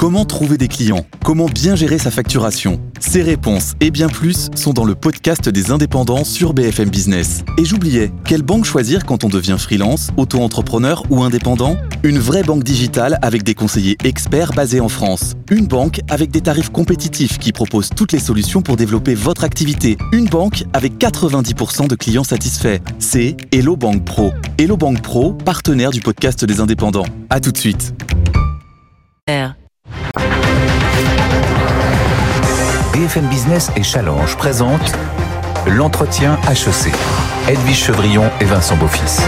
Comment trouver des clients ? Comment bien gérer sa facturation ? Ces réponses et bien plus sont dans le podcast des indépendants sur BFM Business. Et j'oubliais, quelle banque choisir quand on devient freelance, auto-entrepreneur ou indépendant ? Une vraie banque digitale avec des conseillers experts basés en France. Une banque avec des tarifs compétitifs qui propose toutes les solutions pour développer votre activité. Une banque avec 90% de clients satisfaits. C'est Hello Bank Pro. Hello Bank Pro, partenaire du podcast des indépendants. À tout de suite. BFM Business et Challenge présentent l'entretien HEC. Edwige Chevrillon et Vincent Beaufils.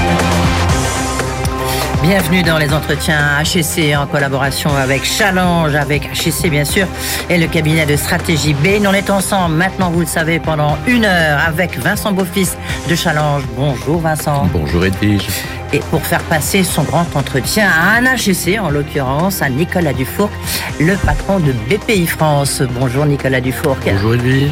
Bienvenue dans les entretiens HEC en collaboration avec Challenge, avec HEC bien sûr, et le cabinet de stratégie Bain. On est ensemble maintenant, vous le savez, pendant 1 heure avec Vincent Beaufils de Challenge. Bonjour Vincent. Bonjour Edwige. Et pour faire passer son grand entretien à un HEC, en l'occurrence à Nicolas Dufourcq, le patron de BPI France. Bonjour Nicolas Dufourcq. Bonjour Edwige.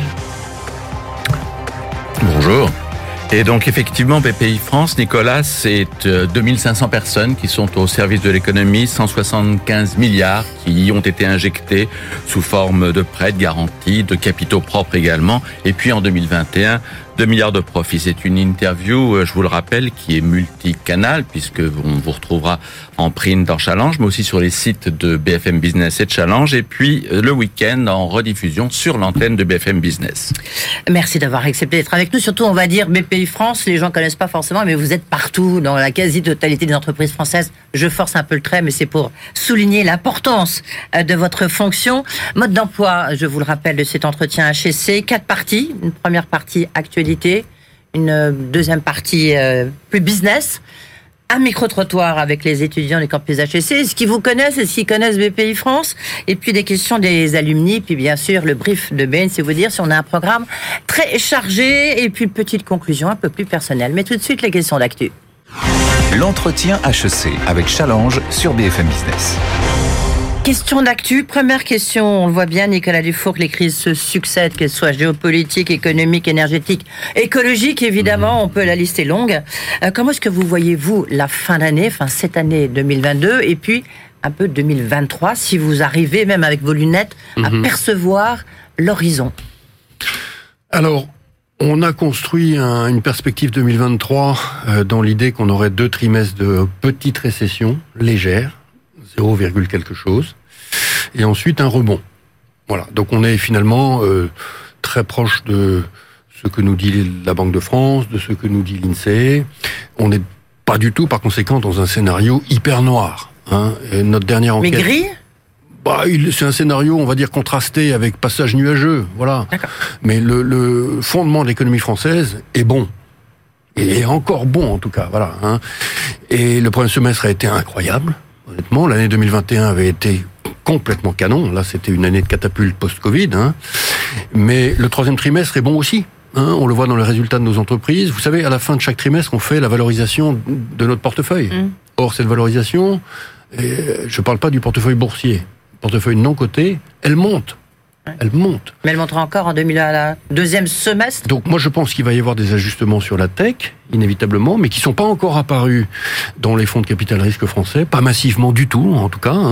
Bonjour. Et donc effectivement, BPI France, Nicolas, c'est 2500 personnes qui sont au service de l'économie, 175 milliards qui ont été injectés sous forme de prêts, de garanties, de capitaux propres également. Et puis en 2021, 2 milliards de profits. C'est une interview, je vous le rappelle, qui est multicanal, puisque on vous retrouvera en print dans Challenge, mais aussi sur les sites de BFM Business et de Challenge, et puis le week-end en rediffusion sur l'antenne de BFM Business. Merci d'avoir accepté d'être avec nous. Surtout, on va dire BPI France, les gens connaissent pas forcément, mais vous êtes partout, dans la quasi-totalité des entreprises françaises. Je force un peu le trait, mais c'est pour souligner l'importance de votre fonction. Mode d'emploi, je vous le rappelle, de cet entretien HEC, 4 parties. Une première partie actualité, une deuxième partie plus business, un micro-trottoir avec les étudiants du campus HEC, est-ce qu'ils vous connaissent, est-ce qu'ils connaissent BPI France, et puis des questions des alumni, puis bien sûr le brief de Bain, c'est vous dire si on a un programme très chargé, et puis une petite conclusion un peu plus personnelle. Mais tout de suite les questions d'actu. L'entretien HEC avec Challenge sur BFM Business. Question d'actu, première question, on le voit bien Nicolas Dufourcq, les crises se succèdent, qu'elles soient géopolitiques, économiques, énergétiques, écologiques évidemment, on peut la liste est longue. Comment est-ce que vous voyez-vous la fin d'année, cette année 2022 et puis un peu 2023, si vous arrivez même avec vos lunettes à percevoir l'horizon? Alors, on a construit une perspective 2023 dans l'idée qu'on aurait 2 trimestres de petite récession légère, 0, quelque chose, et ensuite un rebond. Voilà. Donc on est finalement très proche de ce que nous dit la Banque de France, de ce que nous dit l'INSEE. On n'est pas du tout, par conséquent, dans un scénario hyper noir. Et notre dernière enquête. Mais gris ? C'est un scénario, on va dire, contrasté avec passage nuageux. Voilà. D'accord. Mais le fondement de l'économie française est bon. Et est encore bon, en tout cas. Voilà. Et le premier semestre a été incroyable. Honnêtement, l'année 2021 avait été complètement canon. Là, c'était une année de catapulte post-Covid. Mais le 3e trimestre est bon aussi. On le voit dans les résultats de nos entreprises. Vous savez, à la fin de chaque trimestre, on fait la valorisation de notre portefeuille. Or, cette valorisation, je ne parle pas du portefeuille boursier. Le portefeuille non coté, elle monte. Elle monte. Mais elle montera encore en 2e semestre. Donc moi je pense qu'il va y avoir des ajustements sur la tech, inévitablement, mais qui sont pas encore apparus dans les fonds de capital risque français, pas massivement du tout, en tout cas.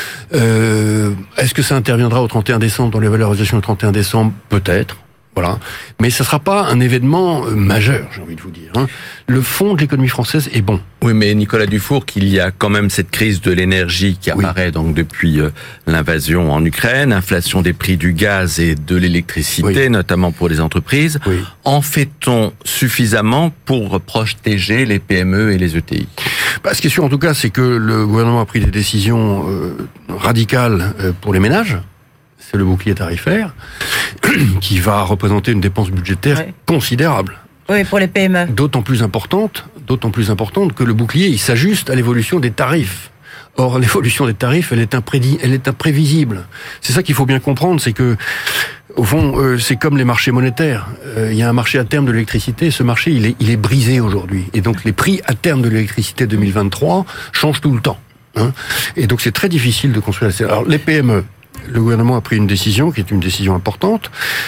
Est-ce que ça interviendra au 31 décembre, dans les valorisations au 31 décembre ? Peut-être. Voilà. Mais ça sera pas un événement majeur, j'ai envie de vous dire. Le fond de l'économie française est bon. Oui, mais Nicolas Dufourcq, il y a quand même cette crise de l'énergie qui apparaît donc depuis l'invasion en Ukraine, inflation des prix du gaz et de l'électricité, notamment pour les entreprises. Oui. En fait-on suffisamment pour protéger les PME et les ETI ? Ce qui est sûr en tout cas, c'est que le gouvernement a pris des décisions radicales pour les ménages. C'est le bouclier tarifaire, qui va représenter une dépense budgétaire considérable. Oui, pour les PME. D'autant plus importante que le bouclier, il s'ajuste à l'évolution des tarifs. Or, l'évolution des tarifs, elle est imprévisible. C'est ça qu'il faut bien comprendre, c'est que, au fond, c'est comme les marchés monétaires. Il y a un marché à terme de l'électricité, ce marché, il est brisé aujourd'hui. Et donc, les prix à terme de l'électricité 2023 changent tout le temps. Et donc, c'est très difficile de construire. Alors, les PME, le gouvernement a pris une décision qui est une décision importante, qui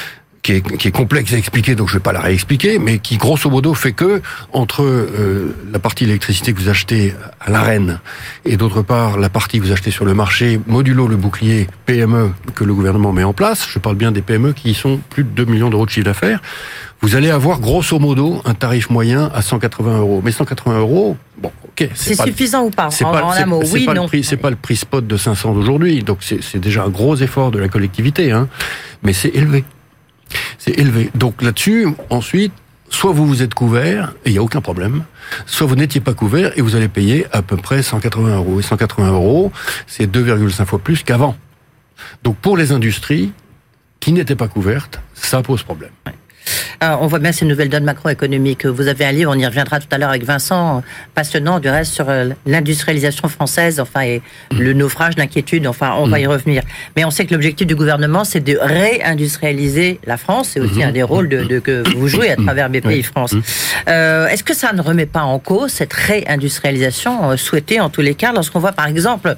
qui est complexe à expliquer, donc je vais pas la réexpliquer, mais qui grosso modo fait que entre la partie électricité que vous achetez à l'ARENH et d'autre part la partie que vous achetez sur le marché, modulo le bouclier PME que le gouvernement met en place, je parle bien des PME qui sont plus de 2 millions d'euros de chiffre d'affaires, vous allez avoir grosso modo un tarif moyen à 180 €. Mais 180 €, bon, ok. C'est suffisant ou pas? En un mot, oui, non. C'est pas le prix spot de 500 d'aujourd'hui, donc c'est déjà un gros effort de la collectivité, hein. Mais c'est élevé. C'est élevé. Donc là-dessus, ensuite, soit vous êtes couvert, et il n'y a aucun problème, soit vous n'étiez pas couvert, et vous allez payer à peu près 180 €. Et 180 €, c'est 2,5 fois plus qu'avant. Donc pour les industries qui n'étaient pas couvertes, ça pose problème. Ouais. On voit bien ces nouvelles donnes macroéconomiques. Vous avez un livre, on y reviendra tout à l'heure avec Vincent, passionnant du reste sur l'industrialisation française, enfin, et le naufrage, l'inquiétude, enfin, on va y revenir. Mais on sait que l'objectif du gouvernement, c'est de réindustrialiser la France. C'est aussi un des rôles que vous jouez à travers BPI France. Est-ce que ça ne remet pas en cause cette réindustrialisation souhaitée en tous les cas, lorsqu'on voit par exemple,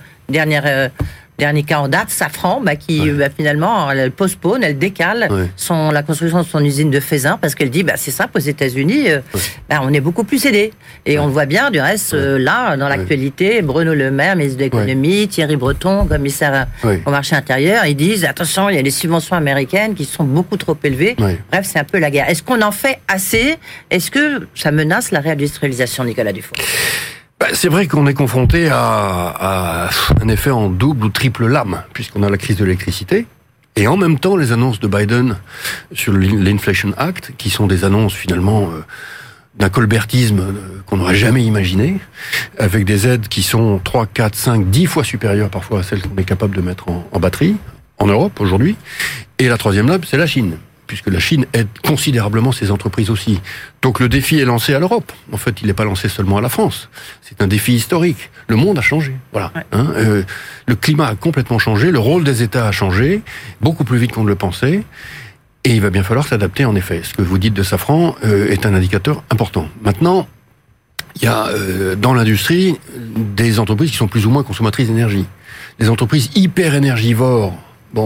dernier cas en date, Safran, qui finalement elle postpone, elle décale la construction de son usine de Feyzin parce qu'elle dit c'est simple, aux États-Unis, on est beaucoup plus aidé. Et on le voit bien, du reste, là, dans l'actualité, Bruno Le Maire, ministre de l'économie, Thierry Breton, commissaire au marché intérieur, ils disent attention, il y a des subventions américaines qui sont beaucoup trop élevées. Bref, c'est un peu la guerre. Est-ce qu'on en fait assez? Est-ce que ça menace la réindustrialisation, Nicolas Dufour? C'est vrai qu'on est confronté à un effet en double ou triple lame, puisqu'on a la crise de l'électricité, et en même temps les annonces de Biden sur l'Inflation Act, qui sont des annonces finalement d'un colbertisme qu'on n'aurait jamais imaginé, avec des aides qui sont 3, 4, 5, 10 fois supérieures parfois à celles qu'on est capable de mettre en batterie, en Europe aujourd'hui. Et la troisième lame, c'est la Chine, puisque la Chine aide considérablement ses entreprises aussi. Donc le défi est lancé à l'Europe. En fait, il n'est pas lancé seulement à la France. C'est un défi historique. Le monde a changé. Voilà. Le climat a complètement changé. Le rôle des États a changé, beaucoup plus vite qu'on ne le pensait. Et il va bien falloir s'adapter, en effet. Ce que vous dites de Safran est un indicateur important. Maintenant, il y a dans l'industrie des entreprises qui sont plus ou moins consommatrices d'énergie. Les entreprises hyper énergivores,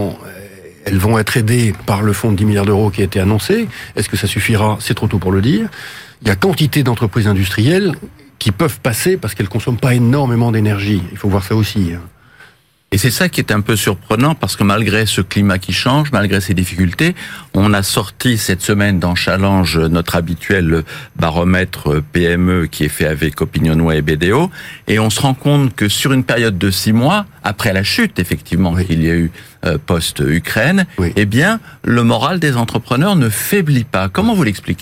elles vont être aidées par le fonds de 10 milliards d'euros qui a été annoncé. Est-ce que ça suffira? C'est trop tôt pour le dire. Il y a quantité d'entreprises industrielles qui peuvent passer parce qu'elles consomment pas énormément d'énergie. Il faut voir ça aussi. Et c'est ça qui est un peu surprenant, parce que malgré ce climat qui change, malgré ces difficultés, on a sorti cette semaine dans Challenge notre habituel baromètre PME qui est fait avec OpinionWay et BDO, et on se rend compte que sur une période de 6 mois, après la chute effectivement qu'il y a eu post-Ukraine, eh bien le moral des entrepreneurs ne faiblit pas. Comment vous l'expliquez ?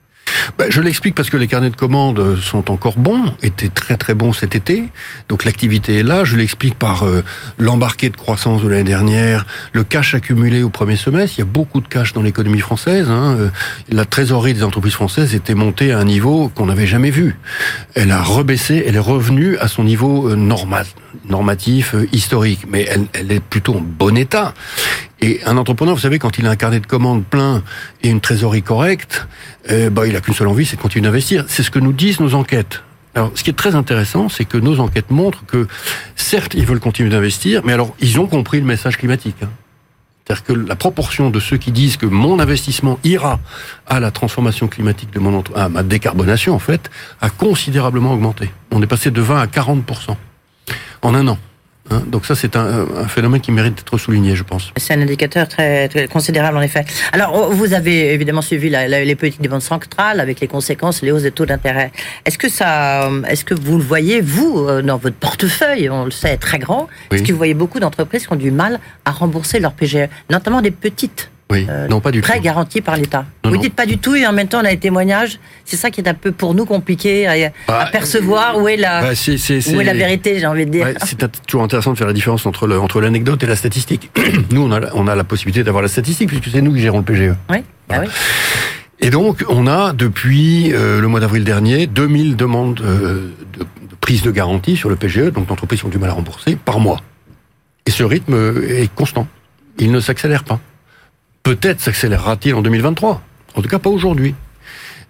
Je l'explique parce que les carnets de commandes sont encore bons, étaient très très bons cet été, donc l'activité est là. Je l'explique par l'embarqué de croissance de l'année dernière, le cash accumulé au premier semestre. Il y a beaucoup de cash dans l'économie française. La trésorerie des entreprises françaises était montée à un niveau qu'on n'avait jamais vu. Elle a rebaissé, elle est revenue à son niveau normatif, historique, mais elle est plutôt en bon état. Et un entrepreneur, vous savez, quand il a un carnet de commandes plein et une trésorerie correcte, il a qu'une seule envie, c'est de continuer d'investir. C'est ce que nous disent nos enquêtes. Alors, ce qui est très intéressant, c'est que nos enquêtes montrent que, certes, ils veulent continuer d'investir, mais alors, ils ont compris le message climatique. C'est-à-dire que la proportion de ceux qui disent que mon investissement ira à la transformation climatique de à ma décarbonation, en fait, a considérablement augmenté. On est passé de 20 à 40% en un an. Donc ça, c'est un phénomène qui mérite d'être souligné, je pense. C'est un indicateur très, très considérable, en effet. Alors, vous avez évidemment suivi les politiques des banques centrales avec les conséquences, les hausses des taux d'intérêt. Est-ce que vous le voyez, vous, dans votre portefeuille, on le sait, très grand, est-ce que vous voyez beaucoup d'entreprises qui ont du mal à rembourser leur PGE, notamment des petites? Non, pas du tout. Très garanti par l'État. Vous dites pas du tout, et en même temps, on a des témoignages. C'est ça qui est un peu pour nous compliqué à percevoir où est la vérité, j'ai envie de dire. C'est toujours intéressant de faire la différence entre l'anecdote et la statistique. Nous, on a la possibilité d'avoir la statistique puisque c'est nous qui gérons le PGE. Oui. Oui. Et donc, on a depuis le mois d'avril dernier 2000 demandes de prise de garantie sur le PGE, donc d'entreprises qui ont du mal à rembourser, par mois. Et ce rythme est constant. Il ne s'accélère pas. Peut-être s'accélérera-t-il en 2023. En tout cas, pas aujourd'hui.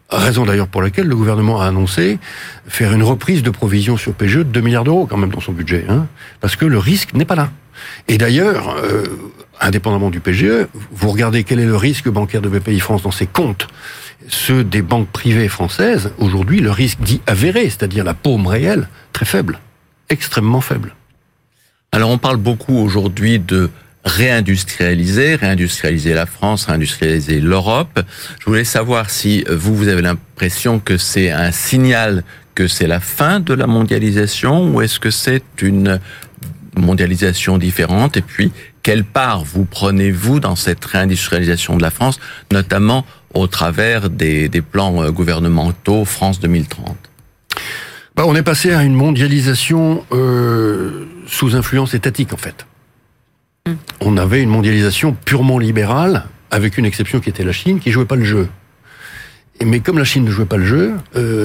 Raison d'ailleurs pour laquelle le gouvernement a annoncé faire une reprise de provisions sur PGE de 2 milliards d'euros quand même dans son budget, parce que le risque n'est pas là. Et d'ailleurs, indépendamment du PGE, vous regardez quel est le risque bancaire de BPI-France dans ses comptes, ceux des banques privées françaises, aujourd'hui le risque dit avéré, c'est-à-dire la paume réelle, très faible, extrêmement faible. Alors on parle beaucoup aujourd'hui de réindustrialiser la France, réindustrialiser l'Europe. Je voulais savoir si vous avez l'impression que c'est un signal que c'est la fin de la mondialisation, ou est-ce que c'est une mondialisation différente? Et puis, quelle part vous prenez-vous dans cette réindustrialisation de la France, notamment au travers des plans gouvernementaux France 2030? On est passé à une mondialisation sous influence étatique, en fait. On avait une mondialisation purement libérale, avec une exception qui était la Chine, qui jouait pas le jeu. Mais comme la Chine ne jouait pas le jeu,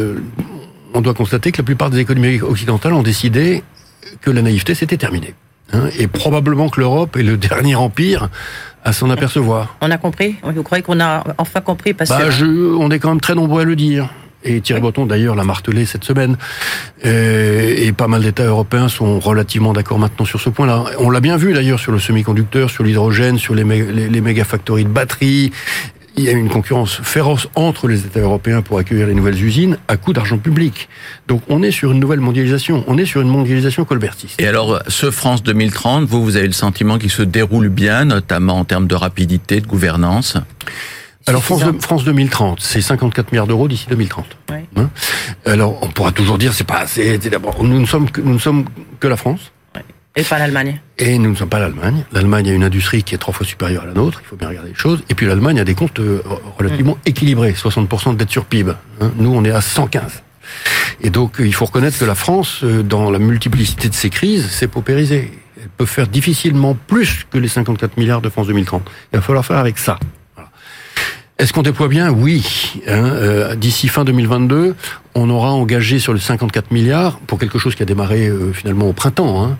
on doit constater que la plupart des économies occidentales ont décidé que la naïveté c'était terminé. Et probablement que l'Europe est le dernier empire à s'en apercevoir. On a compris? Vous croyez qu'on a enfin compris? On est quand même très nombreux à le dire. Et Thierry Breton, d'ailleurs, l'a martelé cette semaine. Et pas mal d'États européens sont relativement d'accord maintenant sur ce point-là. On l'a bien vu, d'ailleurs, sur le semi-conducteur, sur l'hydrogène, sur les méga-factories de batteries. Il y a une concurrence féroce entre les États européens pour accueillir les nouvelles usines à coût d'argent public. Donc on est sur une nouvelle mondialisation. On est sur une mondialisation colbertiste. Et alors, ce France 2030, vous avez le sentiment qu'il se déroule bien, notamment en termes de rapidité, de gouvernance? Alors France 2030, c'est 54 milliards d'euros d'ici 2030. Oui. Alors on pourra toujours dire c'est pas assez. D'abord, nous ne sommes que la France. Oui. Et pas l'Allemagne. Et nous ne sommes pas l'Allemagne. L'Allemagne a une industrie qui est 3 fois supérieure à la nôtre. Il faut bien regarder les choses. Et puis l'Allemagne a des comptes relativement équilibrés, 60% de dette sur PIB. Nous on est à 115. Et donc il faut reconnaître que la France, dans la multiplicité de ses crises, s'est paupérisée. Elle peut faire difficilement plus que les 54 milliards de France 2030. Il va falloir faire avec ça. Est-ce qu'on déploie bien? Oui. D'ici fin 2022, on aura engagé sur les 54 milliards, pour quelque chose qui a démarré finalement au printemps,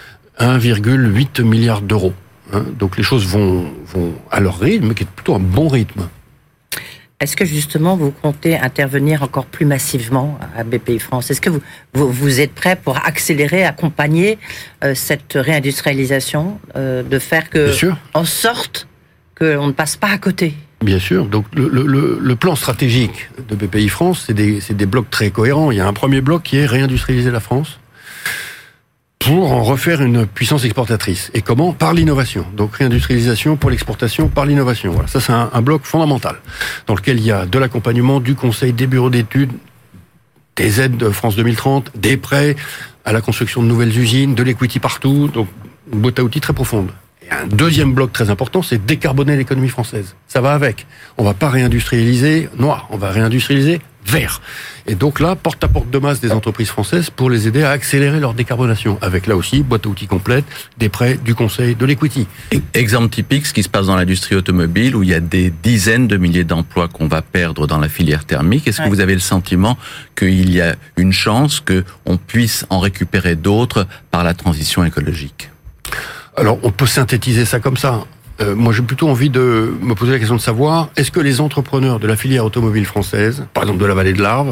1,8 milliard d'euros. Donc les choses vont à leur rythme, qui est plutôt un bon rythme. Est-ce que justement vous comptez intervenir encore plus massivement à BPI France? Est-ce que vous êtes prêt pour accélérer, accompagner cette réindustrialisation, de faire que en sorte qu'on ne passe pas à côté? Bien sûr. Donc le plan stratégique de BPI France, c'est des blocs très cohérents. Il y a un premier bloc qui est réindustrialiser la France pour en refaire une puissance exportatrice. Et comment? Par l'innovation. Donc réindustrialisation pour l'exportation par l'innovation. Voilà, ça c'est un bloc fondamental dans lequel il y a de l'accompagnement, du conseil, des bureaux d'études, des aides de France 2030, des prêts à la construction de nouvelles usines, de l'equity partout. Donc une boîte à outils très profonde. Un deuxième bloc très important, c'est décarboner l'économie française. Ça va avec. On va pas réindustrialiser noir, on va réindustrialiser vert. Et donc là, porte-à-porte de masse des entreprises françaises pour les aider à accélérer leur décarbonation. Avec là aussi, boîte à outils complète, des prêts, du conseil, de l'equity. Exemple typique, ce qui se passe dans l'industrie automobile, où il y a des dizaines de milliers d'emplois qu'on va perdre dans la filière thermique. Est-ce que vous avez le sentiment qu'il y a une chance qu'on puisse en récupérer d'autres par la transition écologique? Alors, on peut synthétiser ça comme ça. Moi, j'ai plutôt envie de me poser la question de savoir, est-ce que les entrepreneurs de la filière automobile française, par exemple de la vallée de l'Arve,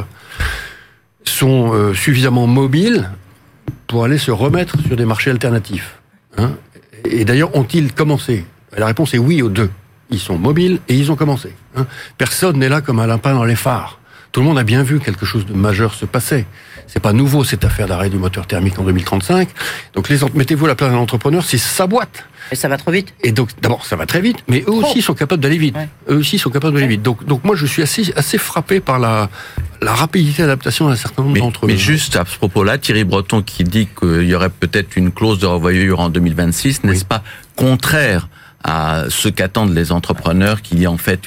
sont suffisamment mobiles pour aller se remettre sur des marchés alternatifs? Et d'ailleurs, ont-ils commencé? La réponse est oui aux deux. Ils sont mobiles et ils ont commencé. Personne n'est là comme un lapin dans les phares. Tout le monde a bien vu quelque chose de majeur se passer. C'est pas nouveau cette affaire d'arrêt du moteur thermique en 2035. Donc mettez-vous à la place d'un entrepreneur, c'est sa boîte. Et ça va trop vite. Et donc d'abord ça va très vite, mais eux aussi sont capables d'aller vite. Ouais. Eux aussi sont capables d'aller vite. Donc moi je suis assez frappé par la rapidité d'adaptation d'un certain nombre d'entre eux. Mais juste à ce propos-là, Thierry Breton qui dit qu'il y aurait peut-être une clause de revoyure en 2026, n'est-ce pas contraire à ce qu'attendent les entrepreneurs, qu'il y ait en fait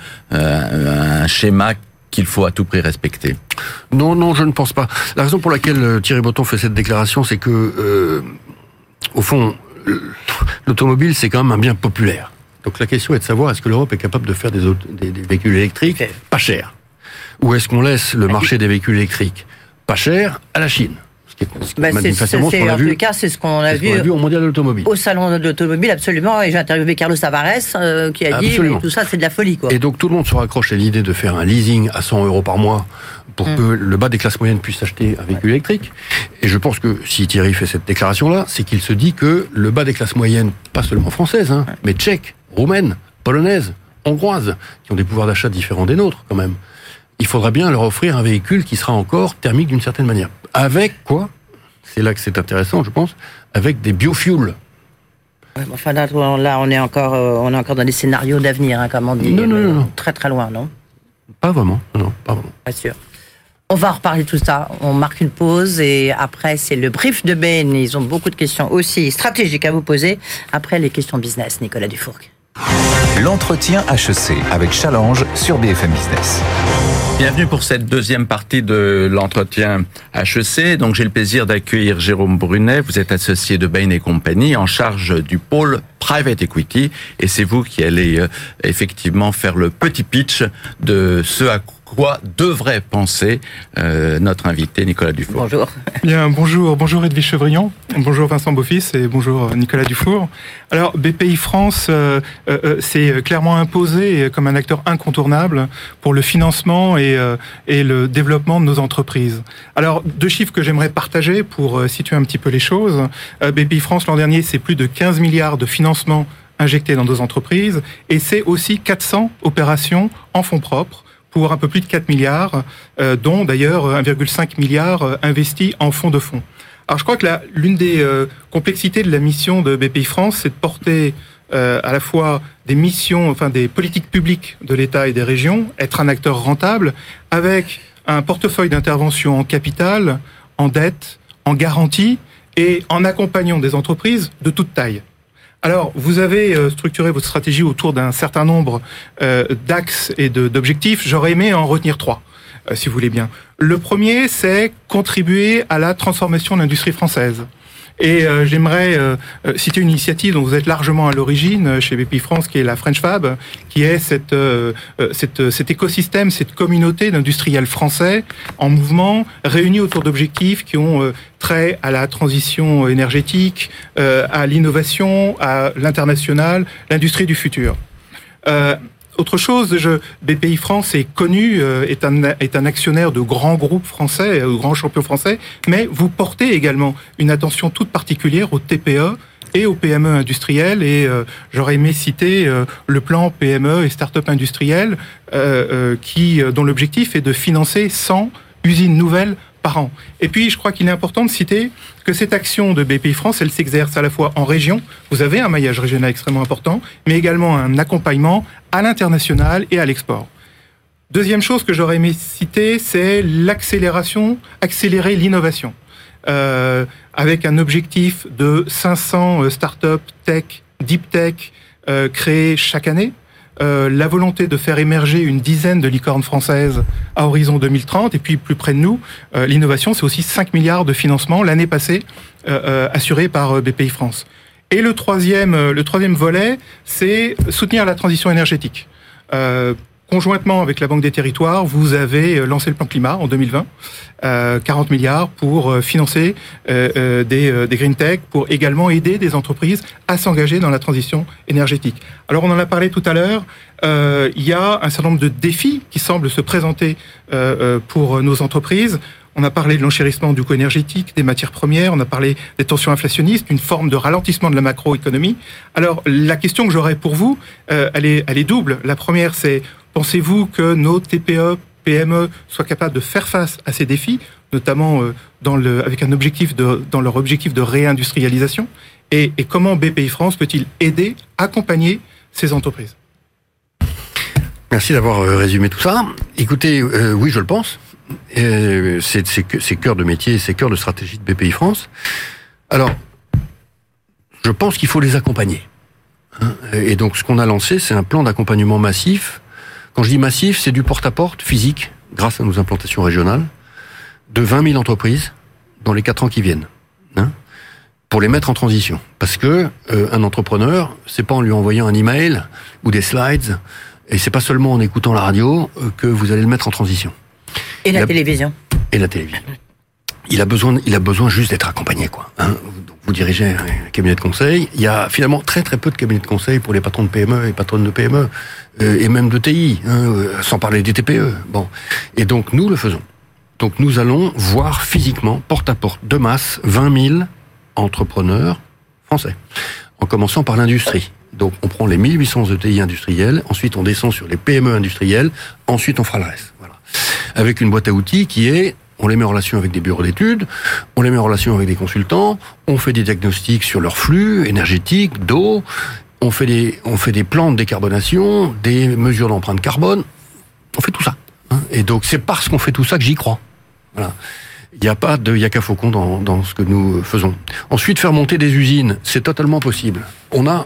un schéma qu'il faut à tout prix respecter? Non, je ne pense pas. La raison pour laquelle Thierry Breton fait cette déclaration, c'est que, au fond, l'automobile, c'est quand même un bien populaire. Donc la question est de savoir, est-ce que l'Europe est capable de faire des véhicules électriques pas chers? Ou est-ce qu'on laisse le marché des véhicules électriques pas chers à la Chine? Ce En tout cas, c'est ce qu'on a vu au Mondial de l'automobile. Au salon de l'automobile, absolument. Et j'ai interviewé Carlos Tavares qui a dit tout ça, c'est de la folie, quoi. Et donc tout le monde se raccroche à l'idée de faire un leasing à 100 € par mois pour que le bas des classes moyennes puisse acheter un véhicule électrique. Et je pense que si Thierry fait cette déclaration-là, c'est qu'il se dit que le bas des classes moyennes, pas seulement françaises, mais tchèques, roumaines, polonaises, hongroises, qui ont des pouvoirs d'achat différents des nôtres, quand même, il faudra bien leur offrir un véhicule qui sera encore thermique d'une certaine manière. Avec quoi ? C'est là que c'est intéressant, je pense, avec des biofuels. Enfin, là, on est encore dans des scénarios d'avenir, comme on dit. Non. Très très loin, non ? Pas vraiment, non, pas vraiment. Pas sûr. On va reparler de tout ça. On marque une pause et après, c'est le brief de Ben. Ils ont beaucoup de questions aussi stratégiques à vous poser. Après, les questions business, Nicolas Dufourcq. L'entretien HEC avec Challenge sur BFM Business. Bienvenue pour cette deuxième partie de l'entretien HEC. Donc, j'ai le plaisir d'accueillir Jérôme Brunet. Vous êtes associé de Bain & Compagnie en charge du pôle Private Equity. Et c'est vous qui allez effectivement faire le petit pitch de ce à quoi devrait penser notre invité Nicolas Dufourcq. Bonjour. Bien, bonjour Edwige Chevrillon, bonjour Vincent Beaufils et bonjour Nicolas Dufourcq. Alors BPI France s'est clairement imposé comme un acteur incontournable pour le financement et le développement de nos entreprises. Alors 2 chiffres que j'aimerais partager pour situer un petit peu les choses. BPI France l'an dernier, c'est plus de 15 milliards de financement injectés dans nos entreprises et c'est aussi 400 opérations en fonds propres pour un peu plus de 4 milliards, dont d'ailleurs 1,5 milliard investis en fonds de fonds. Alors je crois que l'une des complexités de la mission de BPI France, c'est de porter à la fois des missions, enfin des politiques publiques de l'État et des régions, être un acteur rentable, avec un portefeuille d'intervention en capital, en dette, en garantie, et en accompagnant des entreprises de toute taille. Alors, vous avez structuré votre stratégie autour d'un certain nombre d'axes et d'objectifs. J'aurais aimé en retenir 3, si vous voulez bien. Le premier, c'est contribuer à la transformation de l'industrie française. Et j'aimerais citer une initiative dont vous êtes largement à l'origine chez BPI France, qui est la French Fab, qui est cet écosystème, cette communauté d'industriels français en mouvement, réunis autour d'objectifs qui ont trait à la transition énergétique, à l'innovation, à l'international, l'industrie du futur. Autre chose, BPI France est connu, est un actionnaire de grands groupes français, de grands champions français, mais vous portez également une attention toute particulière aux TPE et aux PME industrielles, et j'aurais aimé citer le plan PME et start-up industrielles, dont l'objectif est de financer 100 usines nouvelles par an. Et puis, je crois qu'il est important de citer que cette action de BPI France, elle s'exerce à la fois en région, vous avez un maillage régional extrêmement important, mais également un accompagnement à l'international et à l'export. Deuxième chose que j'aurais aimé citer, c'est accélérer l'innovation, avec un objectif de 500 start-up tech, deep tech, créées chaque année. La volonté de faire émerger une dizaine de licornes françaises à horizon 2030, et puis plus près de nous, l'innovation, c'est aussi 5 milliards de financement l'année passée, assuré par BPI France. Et le troisième volet, c'est soutenir la transition énergétique. Conjointement avec la Banque des Territoires, vous avez lancé le plan climat en 2020, 40 milliards pour financer des green tech, pour également aider des entreprises à s'engager dans la transition énergétique. Alors on en a parlé tout à l'heure, il y a un certain nombre de défis qui semblent se présenter pour nos entreprises. On a parlé de l'enchérissement du coût énergétique, des matières premières, on a parlé des tensions inflationnistes, une forme de ralentissement de la macroéconomie. Alors la question que j'aurais pour vous, elle est double. La première, c'est: pensez-vous que nos TPE, PME soient capables de faire face à ces défis, notamment avec un objectif dans leur objectif de réindustrialisation, et comment BPI France peut-il aider, accompagner ces entreprises? Merci d'avoir résumé tout ça. Écoutez, oui, je le pense. C'est cœur de métier, c'est cœur de stratégie de BPI France. Alors, je pense qu'il faut les accompagner. Et donc, ce qu'on a lancé, c'est un plan d'accompagnement massif. Quand je dis massif, c'est du porte-à-porte physique, grâce à nos implantations régionales, de 20 000 entreprises dans les 4 ans qui viennent, pour les mettre en transition. Parce que un entrepreneur, c'est pas en lui envoyant un email ou des slides, et c'est pas seulement en écoutant la radio que vous allez le mettre en transition. Et la télévision. Et la télévision. il a besoin juste d'être accompagné, quoi. Hein. Vous dirigez un cabinet de conseil. Il y a finalement très très peu de cabinets de conseil pour les patrons de PME et patronnes de PME et même de TI, hein, sans parler des TPE. Bon, et donc nous le faisons. Donc nous allons voir physiquement, porte à porte, de masse, 20 000 entrepreneurs français, en commençant par l'industrie. Donc on prend les 1800 ETI industriels, ensuite on descend sur les PME industrielles, ensuite on fera le reste. Voilà. Avec une boîte à outils qui est, on les met en relation avec des bureaux d'études, on les met en relation avec des consultants, on fait des diagnostics sur leur flux énergétique, d'eau, on fait des plans de décarbonation, des mesures d'empreinte carbone, on fait tout ça. Hein. Et donc c'est parce qu'on fait tout ça que j'y crois. Voilà. Il n'y a pas de yaka faucon dans ce que nous faisons. Ensuite, faire monter des usines, c'est totalement possible. On a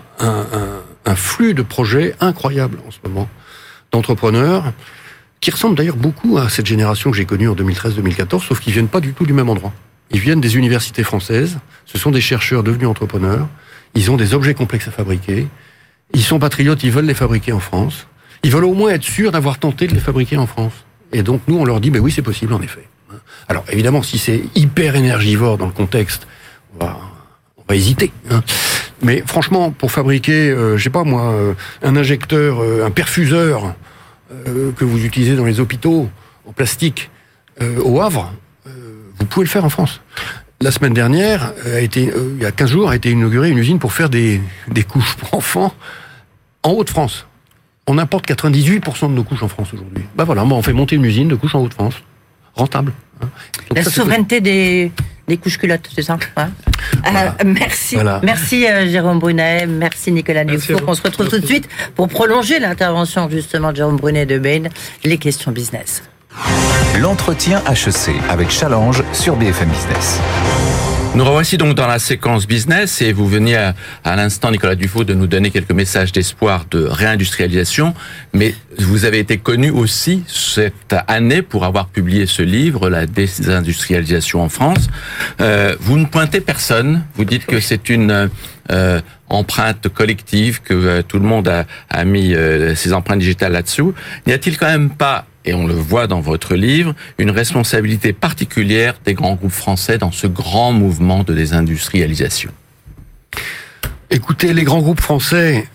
un flux de projets incroyable en ce moment, d'entrepreneurs, qui ressemblent d'ailleurs beaucoup à cette génération que j'ai connue en 2013-2014, sauf qu'ils viennent pas du tout du même endroit. Ils viennent des universités françaises, ce sont des chercheurs devenus entrepreneurs, ils ont des objets complexes à fabriquer, ils sont patriotes, ils veulent les fabriquer en France, ils veulent au moins être sûrs d'avoir tenté de les fabriquer en France. Et donc nous, on leur dit, oui, c'est possible en effet. Alors évidemment, si c'est hyper énergivore dans le contexte, on va hésiter. Hein. Mais franchement, pour fabriquer, je sais pas moi, un injecteur, un perfuseur que vous utilisez dans les hôpitaux en plastique au Havre, vous pouvez le faire en France. La semaine dernière, il y a 15 jours, a été inaugurée une usine pour faire des couches pour enfants en Hauts-de-France. On importe 98% de nos couches en France aujourd'hui. Voilà, on fait monter une usine de couches en Hauts-de-France. Rentable. Hein. La souveraineté des couches culottes, c'est ça, ouais. Voilà. Merci. Voilà. Merci Jérôme Brunet, merci Nicolas Dufour. On se retrouve tout de suite pour prolonger l'intervention justement de Jérôme Brunet de Bain, les questions business. L'entretien HEC avec Challenge sur BFM Business. Nous revoici donc dans la séquence business et vous veniez à l'instant, Nicolas Dufault, de nous donner quelques messages d'espoir de réindustrialisation, mais vous avez été connu aussi cette année pour avoir publié ce livre, La désindustrialisation en France. Vous ne pointez personne, vous dites que c'est une empreinte collective, que tout le monde a mis ses empreintes digitales là-dessous. N'y a-t-il quand même pas, et on le voit dans votre livre, une responsabilité particulière des grands groupes français dans ce grand mouvement de désindustrialisation? Écoutez, les grands groupes français,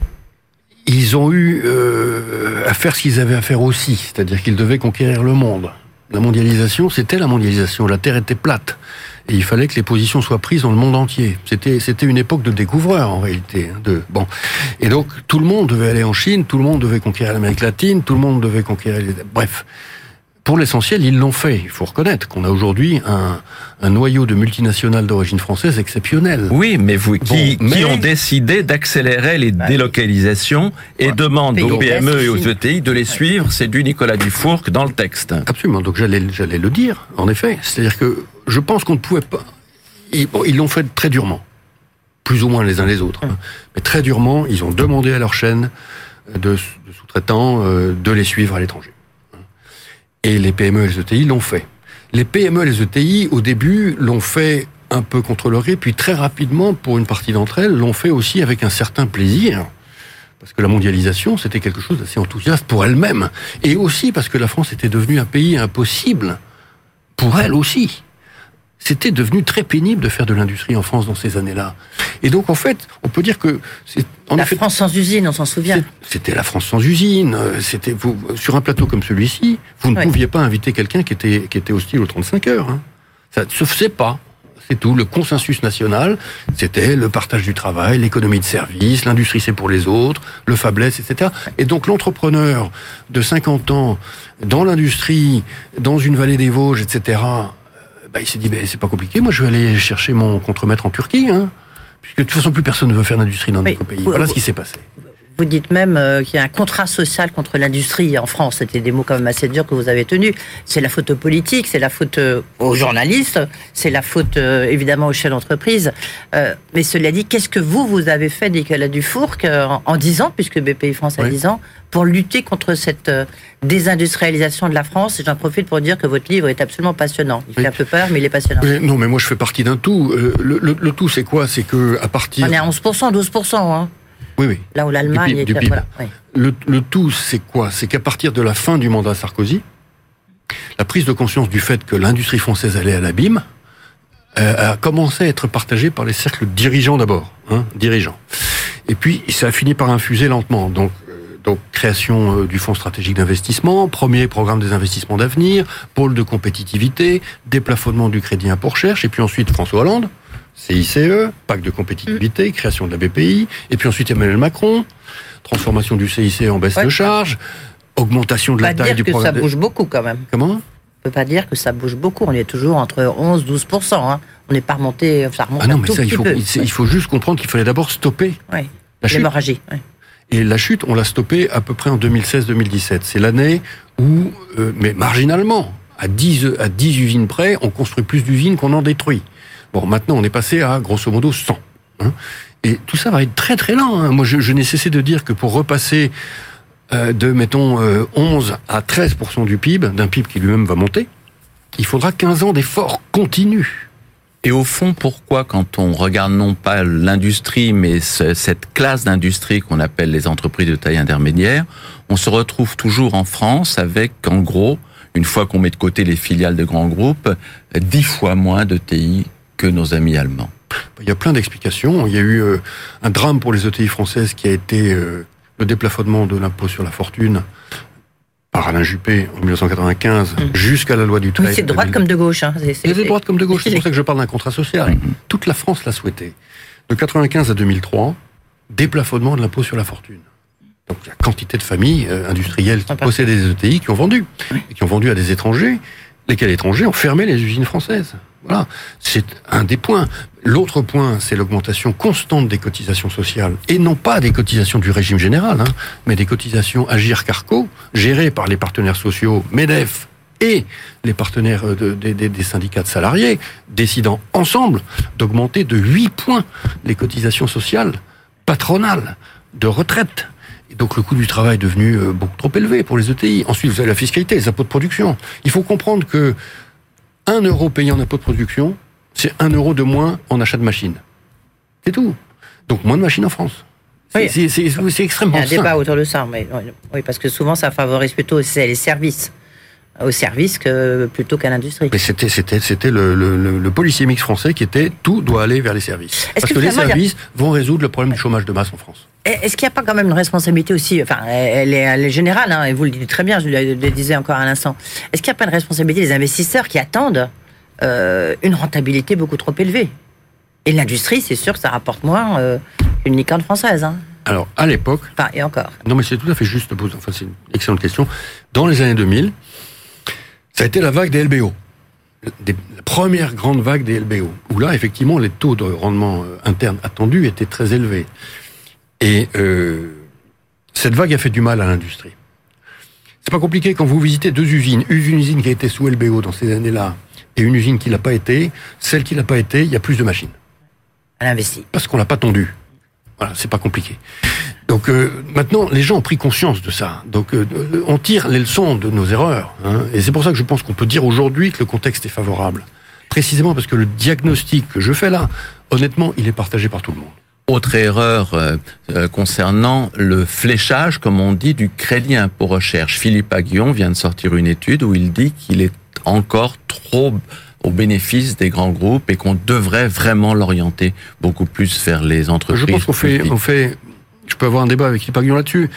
ils ont eu à faire ce qu'ils avaient à faire aussi, c'est-à-dire qu'ils devaient conquérir le monde. La mondialisation, c'était la mondialisation, la Terre était plate. Et il fallait que les positions soient prises dans le monde entier. C'était une époque de découvreurs, en réalité. Et donc, tout le monde devait aller en Chine, tout le monde devait conquérir l'Amérique latine, tout le monde devait conquérir Bref. Pour l'essentiel, ils l'ont fait. Il faut reconnaître qu'on a aujourd'hui un noyau de multinationales d'origine française exceptionnel. Oui, mais qui ont décidé d'accélérer les délocalisations et demandent aux PME et aux ETI de les suivre. C'est du Nicolas Dufour dans le texte. Absolument. Donc j'allais le dire, en effet. C'est-à-dire que je pense qu'on ne pouvait pas... Ils l'ont fait très durement. Plus ou moins les uns les autres. Hein. Mais très durement, ils ont demandé à leur chaîne de sous-traitants de les suivre à l'étranger. Et les PME et les ETI l'ont fait. Les PME et les ETI, au début, l'ont fait un peu contre leur gré, puis très rapidement, pour une partie d'entre elles, l'ont fait aussi avec un certain plaisir. Parce que la mondialisation, c'était quelque chose d'assez enthousiaste pour elle-même. Et aussi parce que la France était devenue un pays impossible pour elle aussi. C'était devenu très pénible de faire de l'industrie en France dans ces années-là. Et donc, en fait, on peut dire que... France sans usine, on s'en souvient. C'était la France sans usine. Sur un plateau comme celui-ci, vous ne pouviez pas inviter quelqu'un qui était hostile aux 35 heures. Hein. Ça ne se faisait pas. C'est tout. Le consensus national, c'était le partage du travail, l'économie de service, l'industrie c'est pour les autres, le faiblesse, etc. Et donc, l'entrepreneur de 50 ans, dans l'industrie, dans une vallée des Vosges, etc., il s'est dit, c'est pas compliqué, moi je vais aller chercher mon contremaître en Turquie, hein, puisque de toute façon plus personne ne veut faire d'industrie dans notre pays. Voilà ce qui s'est passé. Vous dites même qu'il y a un contrat social contre l'industrie en France. C'était des mots quand même assez durs que vous avez tenus. C'est la faute aux politiques, c'est la faute aux journalistes, c'est la faute évidemment aux chefs d'entreprise. Mais cela dit, qu'est-ce que vous avez fait, Nicolas Dufour, en 10 ans, puisque BPI France a 10 ans, pour lutter contre cette désindustrialisation de la France? Et j'en profite pour dire que votre livre est absolument passionnant. Il fait un peu peur, mais il est passionnant. Non, mais moi je fais partie d'un tout. Le tout, c'est quoi? C'est que à partir... On est à 11%, 12%, hein. Oui. Là où l'Allemagne du PIB. Voilà, oui. Le tout, c'est quoi? C'est qu'à partir de la fin du mandat Sarkozy, La prise de conscience du fait que l'industrie française allait à l'abîme a commencé à être partagée par les cercles dirigeants d'abord, dirigeants. Et puis, ça a fini par infuser lentement. Donc création du Fonds stratégique d'investissement, premier programme des investissements d'avenir, pôle de compétitivité, déplafonnement du crédit impôt recherche, et puis ensuite François Hollande, CICE, pacte de compétitivité, création de la BPI, et puis ensuite Emmanuel Macron, transformation du CICE en baisse de charge, augmentation de la taille du programme. Ça bouge beaucoup quand même. Comment ? On peut pas dire que ça bouge beaucoup. On est toujours entre 11-12%. On n'est pas remonté. Ça remonte un tout petit peu. Il faut juste comprendre qu'il fallait d'abord stopper l'hémorragie. Et la chute, on l'a stoppée à peu près en 2016-2017. C'est l'année où, mais marginalement, à 10 usines près, on construit plus d'usines qu'on en détruit. Bon, maintenant, on est passé à, grosso modo, 100. Et tout ça va être très très lent. Moi, je n'ai cessé de dire que pour repasser de, mettons, 11 à 13% du PIB, d'un PIB qui lui-même va monter, il faudra 15 ans d'efforts continus. Et au fond, pourquoi, quand on regarde non pas l'industrie, mais cette classe d'industrie qu'on appelle les entreprises de taille intermédiaire, on se retrouve toujours en France avec, en gros, une fois qu'on met de côté les filiales de grands groupes, 10 fois moins de TI que nos amis allemands? Il y a plein d'explications. Il y a eu un drame pour les ETI françaises qui a été le déplafonnement de l'impôt sur la fortune par Alain Juppé en 1995 jusqu'à la loi du trade. C'est de droite comme de gauche. C'est de droite comme de gauche. C'est pour ça que je parle d'un contrat social. Toute la France l'a souhaité. De 1995 à 2003, déplafonnement de l'impôt sur la fortune. Donc il y a quantité de familles industrielles qui possédaient des ETI qui ont vendu. Et qui ont vendu à des étrangers, lesquels étrangers ont fermé les usines françaises. Voilà, c'est un des points. L'autre point, c'est l'augmentation constante des cotisations sociales, et non pas des cotisations du régime général, mais des cotisations Agirc-Arrco, gérées par les partenaires sociaux MEDEF et les partenaires des syndicats de salariés, décidant ensemble d'augmenter de 8 points les cotisations sociales patronales de retraite. Et donc le coût du travail est devenu beaucoup trop élevé pour les ETI. Ensuite, vous avez la fiscalité, les impôts de production. Il faut comprendre que 1 euro payé en impôt de production, c'est 1 euro de moins en achat de machines. C'est tout. Donc moins de machines en France. C'est extrêmement simple. Il y a un débat autour de ça, mais oui, parce que souvent ça favorise plutôt les services, aux services plutôt qu'à l'industrie. Mais c'était le policier mix français qui était tout doit aller vers les services. Parce que les services vont résoudre le problème du chômage de masse en France. Est-ce qu'il n'y a pas quand même une responsabilité aussi, enfin elle est générale, et vous le dites très bien, je le disais encore à l'instant, est-ce qu'il n'y a pas une responsabilité des investisseurs qui attendent une rentabilité beaucoup trop élevée? Et l'industrie, c'est sûr que ça rapporte moins qu'une licorne française. Alors, à l'époque... Enfin, et encore. Non, mais c'est tout à fait juste. Enfin, c'est une excellente question. Dans les années 2000, ça a été la vague des LBO. La première grande vague des LBO. Où là, effectivement, les taux de rendement interne attendus étaient très élevés. Et cette vague a fait du mal à l'industrie. C'est pas compliqué quand vous visitez deux usines. Une usine qui a été sous LBO dans ces années-là et une usine qui l'a pas été. Celle qui l'a pas été, il y a plus de machines. Elle investit. Parce qu'on l'a pas tendue. Voilà, c'est pas compliqué. Donc maintenant, les gens ont pris conscience de ça. Donc on tire les leçons de nos erreurs. Et c'est pour ça que je pense qu'on peut dire aujourd'hui que le contexte est favorable. Précisément parce que le diagnostic que je fais là, honnêtement, il est partagé par tout le monde. Autre erreur concernant le fléchage, comme on dit, du crédit impôt recherche. Philippe Aghion vient de sortir une étude où il dit qu'il est encore trop au bénéfice des grands groupes et qu'on devrait vraiment l'orienter beaucoup plus vers les entreprises. Je pense qu'on fait, je peux avoir un débat avec Philippe Aghion là-dessus.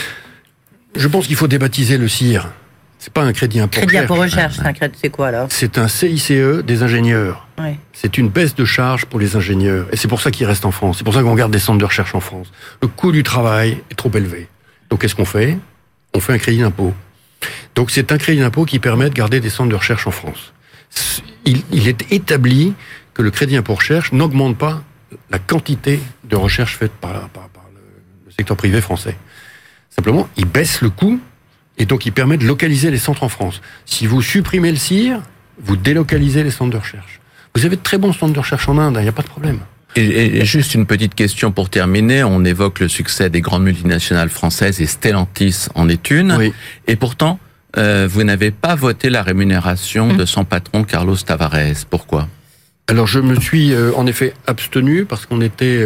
Je pense qu'il faut débaptiser le CIR. C'est pas un crédit impôt recherche. Crédit impôt recherche, c'est quoi alors ? C'est un CICE des ingénieurs. Oui. C'est une baisse de charge pour les ingénieurs. Et c'est pour ça qu'ils restent en France. C'est pour ça qu'on garde des centres de recherche en France. Le coût du travail est trop élevé. Donc qu'est-ce qu'on fait ? On fait un crédit d'impôt. Donc c'est un crédit d'impôt qui permet de garder des centres de recherche en France. Il est établi que le crédit impôt recherche n'augmente pas la quantité de recherche faite par le secteur privé français. Simplement, il baisse le coût et donc il permet de localiser les centres en France. Si vous supprimez le CIR, vous délocalisez les centres de recherche. Vous avez de très bons centres de recherche en Inde, il n'y a pas de problème. Et juste une petite question pour terminer. On évoque le succès des grandes multinationales françaises et Stellantis en est une. Oui. Et pourtant, vous n'avez pas voté la rémunération de son patron Carlos Tavares. Pourquoi ? Alors je me suis en effet abstenu parce qu'on était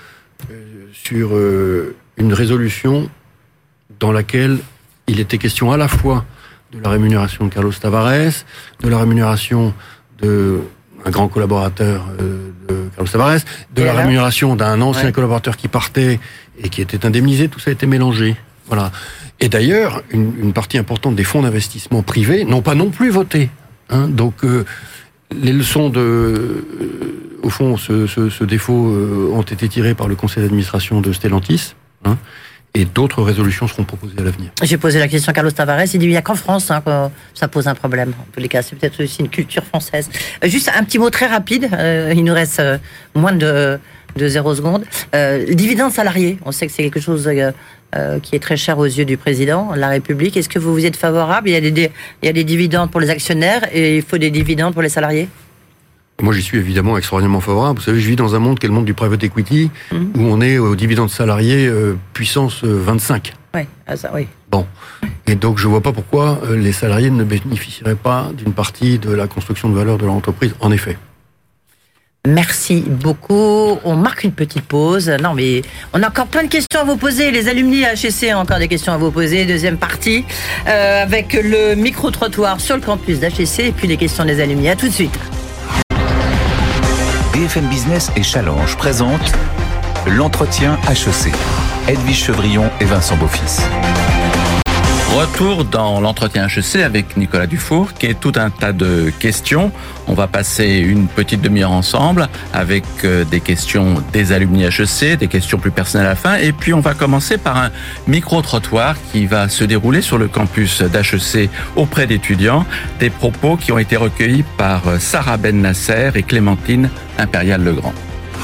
sur une résolution dans laquelle il était question à la fois de la rémunération de Carlos Tavares, de la rémunération de un grand collaborateur de Carlos Tavares, de la rémunération d'un ancien collaborateur qui partait et qui était indemnisé. Tout ça a été mélangé. Voilà. Et d'ailleurs, une partie importante des fonds d'investissement privés n'ont pas non plus voté. Donc, les leçons au fond, ce défaut ont été tirées par le conseil d'administration de Stellantis. Et d'autres résolutions seront proposées à l'avenir. J'ai posé la question à Carlos Tavares, il dit il n'y a qu'en France que ça pose un problème. En tous les cas, c'est peut-être aussi une culture française. Juste un petit mot très rapide, il nous reste moins de 0 secondes. Dividendes salariés, on sait que c'est quelque chose qui est très cher aux yeux du président de la République. Est-ce que vous êtes favorable ? Il y a des dividendes pour les actionnaires et il faut des dividendes pour les salariés ? Moi, j'y suis évidemment extraordinairement favorable. Vous savez, je vis dans un monde qui est le monde du private equity, où on est aux dividendes salariés puissance 25. Oui, ça, oui. Bon. Et donc, je vois pas pourquoi les salariés ne bénéficieraient pas d'une partie de la construction de valeur de leur entreprise, en effet. Merci beaucoup. On marque une petite pause. Non, mais on a encore plein de questions à vous poser. Les alumni HEC ont encore des questions à vous poser. Deuxième partie, avec le micro-trottoir sur le campus d'HEC et puis les questions des alumni. À tout de suite. BFM Business et Challenge présentent l'entretien HEC. Edwige Chevrillon et Vincent Beaufils. Retour dans l'entretien HEC avec Nicolas Dufour, qui est tout un tas de questions. On va passer une petite demi-heure ensemble avec des questions des alumni HEC, des questions plus personnelles à la fin. Et puis on va commencer par un micro-trottoir qui va se dérouler sur le campus d'HEC auprès d'étudiants. Des propos qui ont été recueillis par Sarah Ben Nasser et Clémentine Impérial-Legrand.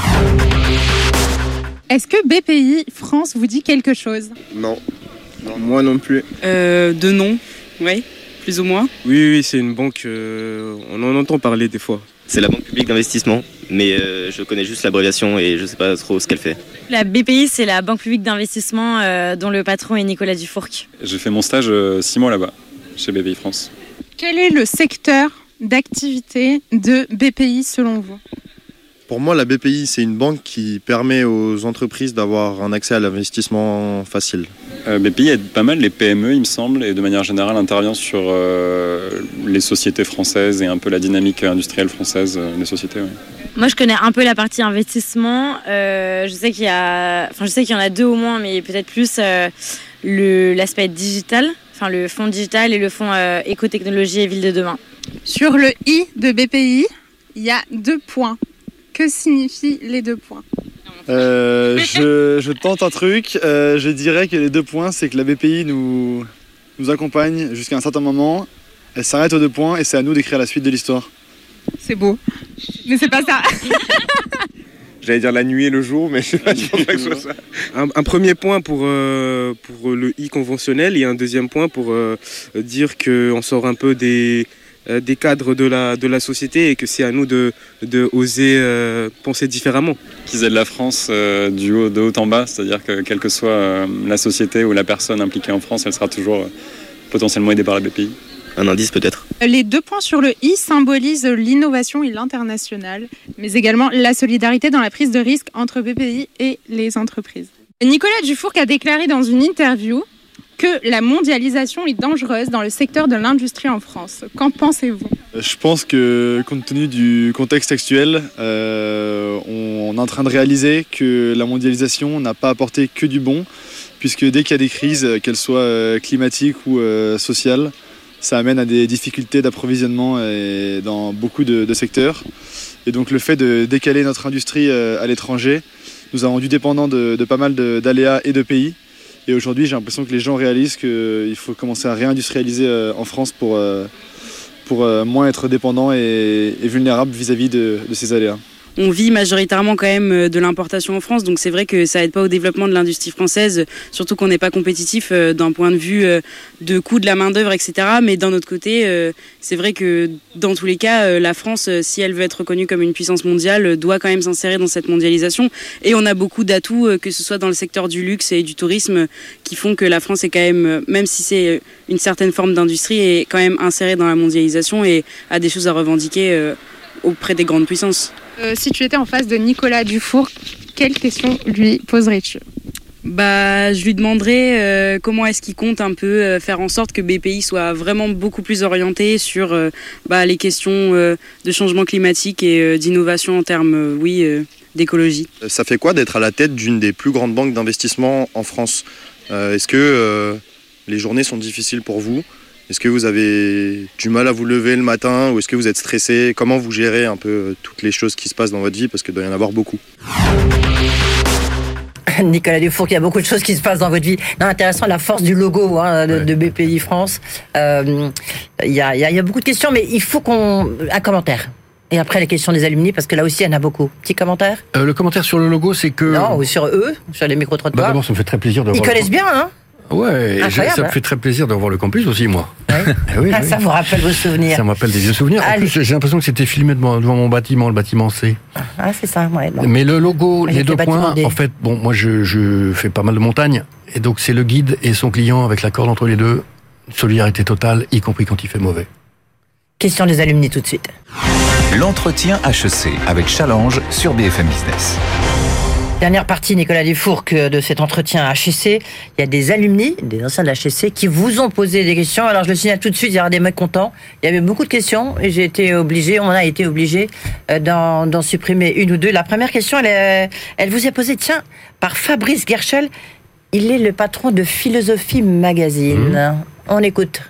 Est-ce que BPI France vous dit quelque chose ? Non. Non, moi non plus. De nom, oui, plus ou moins. Oui, c'est une banque, on en entend parler des fois. C'est la Banque publique d'investissement, mais je connais juste l'abréviation et je ne sais pas trop ce qu'elle fait. La BPI, c'est la Banque publique d'investissement dont le patron est Nicolas Dufour. J'ai fait mon stage 6 mois là-bas, chez BPI France. Quel est le secteur d'activité de BPI selon vous ? Pour moi, la BPI, c'est une banque qui permet aux entreprises d'avoir un accès à l'investissement facile. BPI aide pas mal les PME, il me semble, et de manière générale intervient sur les sociétés françaises et un peu la dynamique industrielle française des sociétés. Oui. Moi, je connais un peu la partie investissement. Je sais qu'il y en a 2 au moins, mais peut-être plus l'aspect digital, enfin le fonds digital et le fonds écotechnologie et ville de demain. Sur le I de BPI, il y a 2 points. Que signifient les 2 points ? Je tente un truc. Je dirais que les 2 points, c'est que la BPI nous accompagne jusqu'à un certain moment. Elle s'arrête aux 2 points et c'est à nous d'écrire la suite de l'histoire. C'est beau. Mais c'est pas ça. J'allais dire la nuit et le jour, mais je sais pas si que ce soit ça. Un premier point pour le I conventionnel et un deuxième point pour dire qu'on sort un peu des cadres de la société et que c'est à nous de oser penser différemment. Qu'ils aident la France de haut en bas, c'est-à-dire que quelle que soit la société ou la personne impliquée en France, elle sera toujours potentiellement aidée par la BPI. Un indice peut-être. Les 2 points sur le I symbolisent l'innovation et l'international, mais également la solidarité dans la prise de risque entre BPI et les entreprises. Nicolas Dufour a déclaré dans une interview que la mondialisation est dangereuse dans le secteur de l'industrie en France. Qu'en pensez-vous ? Je pense que, compte tenu du contexte actuel, on est en train de réaliser que la mondialisation n'a pas apporté que du bon, puisque dès qu'il y a des crises, qu'elles soient climatiques ou sociales, ça amène à des difficultés d'approvisionnement dans beaucoup de secteurs. Et donc le fait de décaler notre industrie à l'étranger nous a rendus dépendants de pas mal d'aléas et de pays. Et aujourd'hui, j'ai l'impression que les gens réalisent qu'il faut commencer à réindustrialiser en France pour moins être dépendant et vulnérable vis-à-vis de ces aléas. On vit majoritairement quand même de l'importation en France, donc c'est vrai que ça aide pas au développement de l'industrie française, surtout qu'on n'est pas compétitif d'un point de vue de coût de la main d'œuvre, etc. Mais d'un autre côté, c'est vrai que dans tous les cas, la France, si elle veut être reconnue comme une puissance mondiale, doit quand même s'insérer dans cette mondialisation. Et on a beaucoup d'atouts, que ce soit dans le secteur du luxe et du tourisme, qui font que la France est quand même si c'est une certaine forme d'industrie, est quand même insérée dans la mondialisation et a des choses à revendiquer auprès des grandes puissances. Si tu étais en face de Nicolas Dufour, quelle question lui poserais-tu ? Je lui demanderais comment est-ce qu'il compte un peu faire en sorte que BPI soit vraiment beaucoup plus orienté sur les questions de changement climatique et d'innovation en termes, d'écologie. Ça fait quoi d'être à la tête d'une des plus grandes banques d'investissement en France ? Est-ce que les journées sont difficiles pour vous ? Est-ce que vous avez du mal à vous lever le matin ou est-ce que vous êtes stressé ? Comment vous gérez un peu toutes les choses qui se passent dans votre vie ? Parce qu'il doit y en avoir beaucoup. Nicolas Dufour, il y a beaucoup de choses qui se passent dans votre vie. Non, intéressant, la force du logo de BPI France. Il y a beaucoup de questions, mais il faut un commentaire. Et après, les questions des alumni, parce que là aussi, il y en a beaucoup. Petit commentaire ? Le commentaire sur le logo, c'est que... Non, ou sur eux, sur les micro-trottoirs. D'abord, ça me fait très plaisir de voir... Ils connaissent bien, hein ? Ouais, ça me fait très plaisir de revoir le campus aussi, moi. Oui. Ça vous rappelle vos souvenirs. Ça me rappelle des vieux souvenirs. En plus, j'ai l'impression que c'était filmé devant mon bâtiment, le bâtiment C. Ah, c'est ça, ouais. Bon. Mais le logo, les 2 points, en fait, moi, je fais pas mal de montagnes, et donc c'est le guide et son client avec la corde entre les deux. Solidarité totale, y compris quand il fait mauvais. Question des alumni tout de suite. L'entretien HEC avec Challenge sur BFM Business. Dernière partie, Nicolas Dufour, de cet entretien HEC. Il y a des alumni, des anciens de l'HEC, qui vous ont posé des questions. Alors, je le signale tout de suite, il y aura des mecs contents. Il y avait beaucoup de questions et on a été obligé d'en supprimer une ou deux. La première question, elle vous est posée, par Fabrice Gerschel. Il est le patron de Philosophie Magazine. On écoute.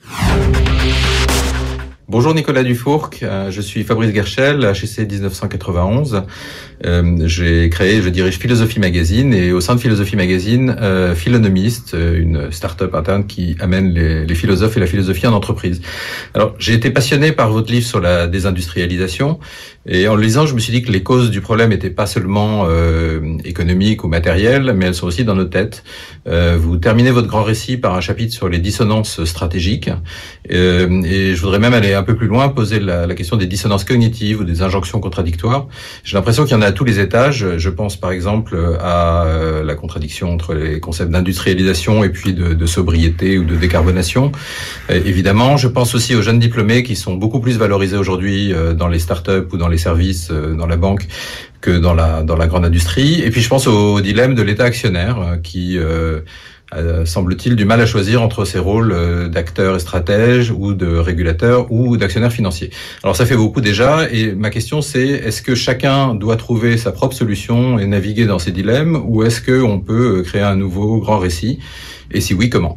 Bonjour Nicolas Dufour, je suis Fabrice Gerschel, HEC 1991. Je dirige Philosophie Magazine et au sein de Philosophie Magazine, Philonomist, une start-up interne qui amène les philosophes et la philosophie en entreprise. Alors, j'ai été passionné par votre livre sur la désindustrialisation et en le lisant, je me suis dit que les causes du problème n'étaient pas seulement économiques ou matérielles, mais elles sont aussi dans nos têtes. Vous terminez votre grand récit par un chapitre sur les dissonances stratégiques et je voudrais même aller un peu plus loin, poser la question des dissonances cognitives ou des injonctions contradictoires. J'ai l'impression qu'il y en a à tous les étages. Je pense par exemple à la contradiction entre les concepts d'industrialisation et puis de sobriété ou de décarbonation. Évidemment, je pense aussi aux jeunes diplômés qui sont beaucoup plus valorisés aujourd'hui dans les startups ou dans les services, dans la banque, que dans la grande industrie. Et puis je pense au dilemme de l'État actionnaire qui semble-t-il, du mal à choisir entre ses rôles d'acteur et stratège ou de régulateur ou d'actionnaire financier. Alors ça fait beaucoup déjà et ma question c'est est-ce que chacun doit trouver sa propre solution et naviguer dans ces dilemmes ou est-ce qu'on peut créer un nouveau grand récit et si oui, comment ?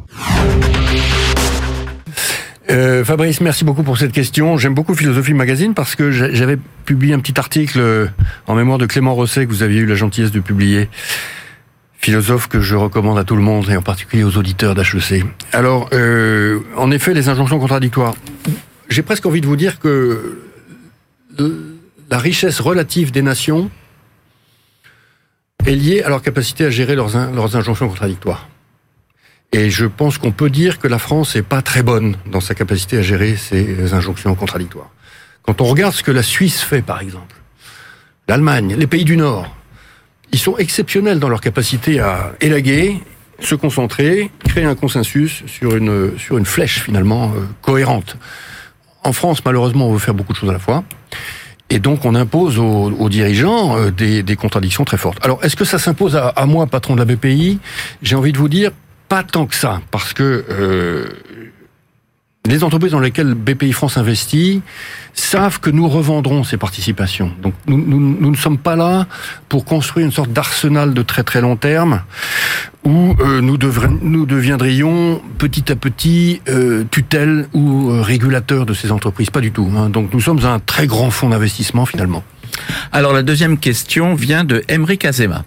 Fabrice, merci beaucoup pour cette question. J'aime beaucoup Philosophie Magazine parce que j'avais publié un petit article en mémoire de Clément Rosset que vous aviez eu la gentillesse de publier. Philosophe que je recommande à tout le monde, et en particulier aux auditeurs d'HEC. Alors, en effet, les injonctions contradictoires. J'ai presque envie de vous dire que la richesse relative des nations est liée à leur capacité à gérer leurs injonctions contradictoires. Et je pense qu'on peut dire que la France n'est pas très bonne dans sa capacité à gérer ces injonctions contradictoires. Quand on regarde ce que la Suisse fait, par exemple, l'Allemagne, les pays du Nord, ils sont exceptionnels dans leur capacité à élaguer, se concentrer, créer un consensus sur une flèche finalement cohérente. En France, malheureusement, on veut faire beaucoup de choses à la fois. Et donc, on impose aux dirigeants des contradictions très fortes. Alors, est-ce que ça s'impose à moi, patron de la BPI ? J'ai envie de vous dire, pas tant que ça, parce que les entreprises dans lesquelles BPI France investit savent que nous revendrons ces participations. Donc nous ne sommes pas là pour construire une sorte d'arsenal de très très long terme où nous deviendrions petit à petit tutelle ou régulateur de ces entreprises. Pas du tout. Donc nous sommes un très grand fonds d'investissement finalement. Alors la deuxième question vient de Emeric Azema.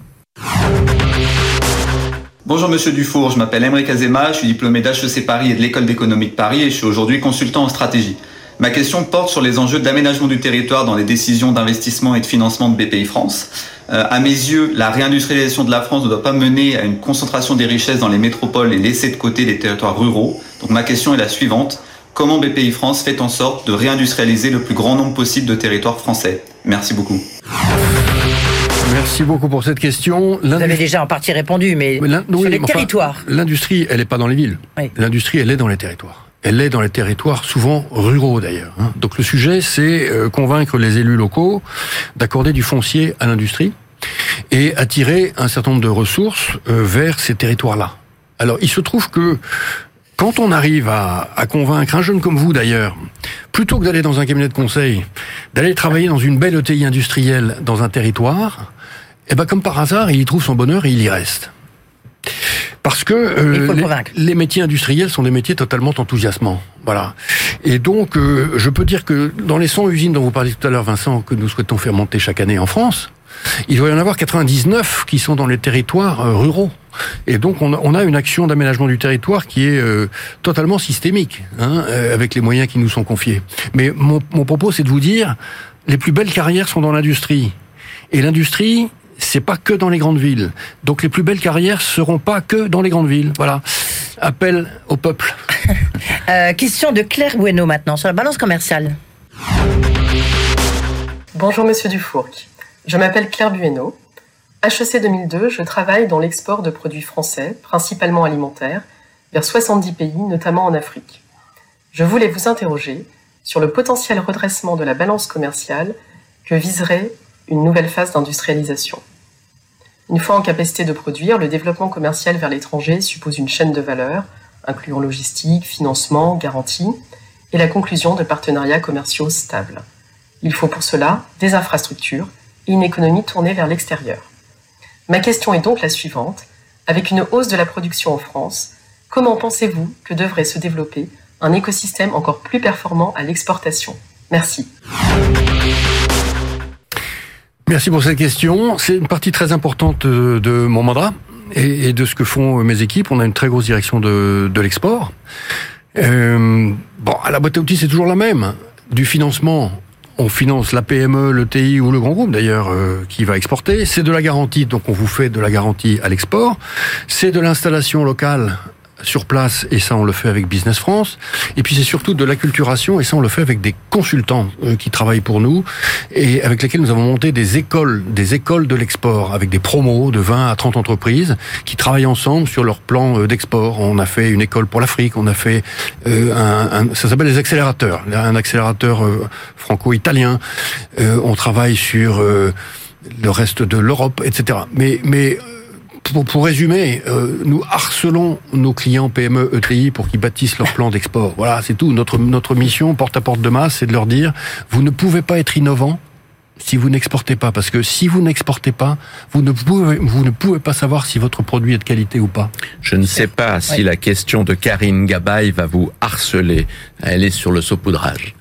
Bonjour Monsieur Dufour, je m'appelle Emeric Azema, je suis diplômé d'HEC Paris et de l'École d'économie de Paris et je suis aujourd'hui consultant en stratégie. Ma question porte sur les enjeux d'aménagement du territoire dans les décisions d'investissement et de financement de BPI France. À mes yeux, la réindustrialisation de la France ne doit pas mener à une concentration des richesses dans les métropoles et laisser de côté les territoires ruraux. Donc ma question est la suivante. Comment BPI France fait en sorte de réindustrialiser le plus grand nombre possible de territoires français ? Merci beaucoup. Merci beaucoup pour cette question. Vous avez déjà en partie répondu, mais sur les territoires. L'industrie, elle n'est pas dans les villes. Oui. L'industrie, elle est dans les territoires. Elle est dans les territoires, souvent ruraux d'ailleurs. Donc le sujet, c'est convaincre les élus locaux d'accorder du foncier à l'industrie. et attirer un certain nombre de ressources vers ces territoires-là. Alors, il se trouve que quand on arrive à convaincre un jeune comme vous d'ailleurs, plutôt que d'aller dans un cabinet de conseil, d'aller travailler dans une belle ETI industrielle dans un territoire, eh ben comme par hasard, il y trouve son bonheur et il y reste. Parce que les métiers industriels sont des métiers totalement enthousiasmants. Voilà. Et donc, je peux dire que dans les 100 usines dont vous parliez tout à l'heure, Vincent, que nous souhaitons faire monter chaque année en France, il doit y en avoir 99 qui sont dans les territoires ruraux. Et donc, on a une action d'aménagement du territoire qui est totalement systémique, avec les moyens qui nous sont confiés. Mais mon propos, c'est de vous dire, les plus belles carrières sont dans l'industrie. Et l'industrie, c'est pas que dans les grandes villes. Donc les plus belles carrières seront pas que dans les grandes villes. Voilà. Appel au peuple. Question de Claire Bueno maintenant, sur la balance commerciale. Bonjour Monsieur Dufourc. Je m'appelle Claire Bueno. HEC 2002, je travaille dans l'export de produits français, principalement alimentaires, vers 70 pays, notamment en Afrique. Je voulais vous interroger sur le potentiel redressement de la balance commerciale que viserait une nouvelle phase d'industrialisation. Une fois en capacité de produire, le développement commercial vers l'étranger suppose une chaîne de valeur, incluant logistique, financement, garantie, et la conclusion de partenariats commerciaux stables. Il faut pour cela des infrastructures et une économie tournée vers l'extérieur. Ma question est donc la suivante. Avec une hausse de la production en France, comment pensez-vous que devrait se développer un écosystème encore plus performant à l'exportation ? Merci. Merci pour cette question. C'est une partie très importante de mon mandat et de ce que font mes équipes. On a une très grosse direction de l'export. À la boîte à outils, c'est toujours la même. Du financement, on finance la PME, le TI ou le grand groupe d'ailleurs qui va exporter. C'est de la garantie, donc on vous fait de la garantie à l'export. C'est de l'installation locale sur place, et ça on le fait avec Business France. Et puis c'est surtout de l'acculturation, et ça on le fait avec des consultants qui travaillent pour nous et avec lesquels nous avons monté des écoles de l'export, avec des promos de 20 à 30 entreprises qui travaillent ensemble sur leur plan d'export. On a fait une école pour l'Afrique, on a fait ça s'appelle les accélérateurs, un accélérateur franco-italien. On travaille sur le reste de l'Europe, etc. Mais pour résumer, nous harcelons nos clients PME, ETI pour qu'ils bâtissent leur plan d'export. Voilà, c'est tout. Notre mission, porte-à-porte de masse, c'est de leur dire, vous ne pouvez pas être innovant si vous n'exportez pas. Parce que si vous n'exportez pas, vous ne pouvez pas savoir si votre produit est de qualité ou pas. Je ne sais pas si la question de Karine Gabaye va vous harceler. Elle est sur le saupoudrage.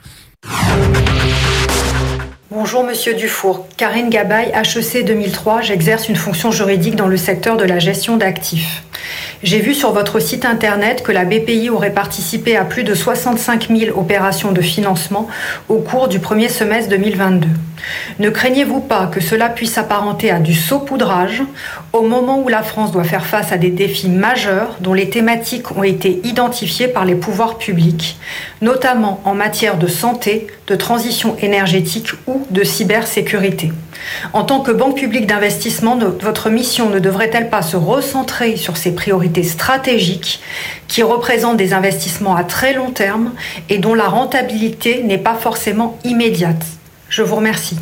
Bonjour Monsieur Dufourc, Karine Gabaye, HEC 2003, j'exerce une fonction juridique dans le secteur de la gestion d'actifs. J'ai vu sur votre site internet que la BPI aurait participé à plus de 65 000 opérations de financement au cours du premier semestre 2022. Ne craignez-vous pas que cela puisse s'apparenter à du saupoudrage au moment où la France doit faire face à des défis majeurs dont les thématiques ont été identifiées par les pouvoirs publics, notamment en matière de santé, de transition énergétique ou de cybersécurité. En tant que banque publique d'investissement, votre mission ne devrait-elle pas se recentrer sur ces priorités stratégiques qui représentent des investissements à très long terme et dont la rentabilité n'est pas forcément immédiate ? Je vous remercie.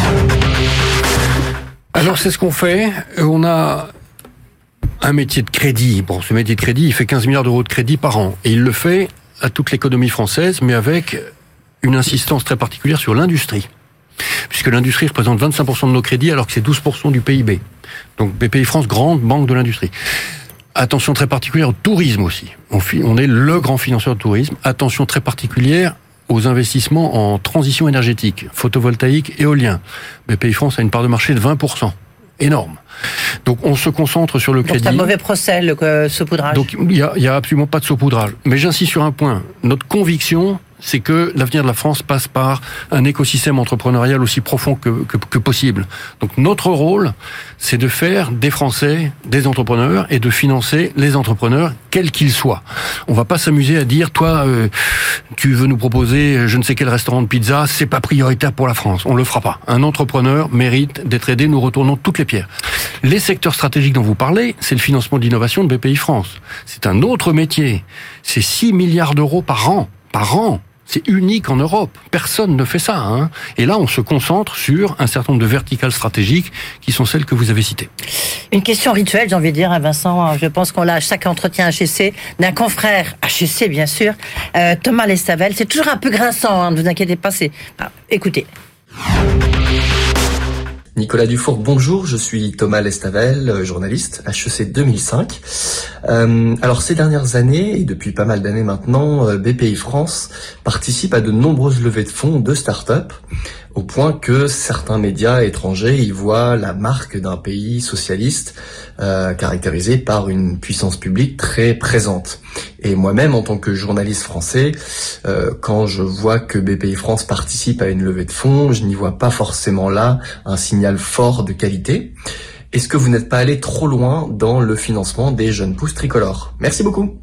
Alors c'est ce qu'on fait. On a un métier de crédit. Bon, ce métier de crédit, il fait 15 milliards d'euros de crédit par an. Et il le fait à toute l'économie française, mais avec une insistance très particulière sur l'industrie. Puisque l'industrie représente 25% de nos crédits, alors que c'est 12% du PIB. Donc BPI France, grande banque de l'industrie. Attention très particulière au tourisme aussi. On est le grand financeur de tourisme. Attention très particulière aux investissements en transition énergétique, photovoltaïque, éolien. BPI France a une part de marché de 20%. Énorme. Donc on se concentre sur le crédit. C'est un mauvais procès, le saupoudrage. Donc il y a absolument pas de saupoudrage. Mais j'insiste sur un point. Notre conviction, c'est que l'avenir de la France passe par un écosystème entrepreneurial aussi profond que possible. Donc notre rôle, c'est de faire des Français des entrepreneurs et de financer les entrepreneurs, quels qu'ils soient. On va pas s'amuser à dire, toi, tu veux nous proposer je ne sais quel restaurant de pizza, c'est pas prioritaire pour la France. On le fera pas. Un entrepreneur mérite d'être aidé, nous retournons toutes les pierres. Les secteurs stratégiques dont vous parlez, c'est le financement de l'innovation de BPI France. C'est un autre métier. C'est 6 milliards d'euros par an. C'est unique en Europe. Personne ne fait ça. Hein. Et là, on se concentre sur un certain nombre de verticales stratégiques qui sont celles que vous avez citées. Une question rituelle, j'ai envie de dire, à Vincent. Je pense qu'on l'a à chaque entretien HEC, d'un confrère HEC, bien sûr, Thomas Lestavel. C'est toujours un peu grinçant, hein, ne vous inquiétez pas. Écoutez. Nicolas Dufour, bonjour, je suis Thomas Lestavel, journaliste, HEC 2005. Alors ces dernières années, et depuis pas mal d'années maintenant, BPI France participe à de nombreuses levées de fonds de start-up, au point que certains médias étrangers y voient la marque d'un pays socialiste caractérisé par une puissance publique très présente. Et moi-même, en tant que journaliste français, quand je vois que BPI France participe à une levée de fonds, je n'y vois pas forcément là un signal fort de qualité. Est-ce que vous n'êtes pas allé trop loin dans le financement des jeunes pousses tricolores ? Merci beaucoup.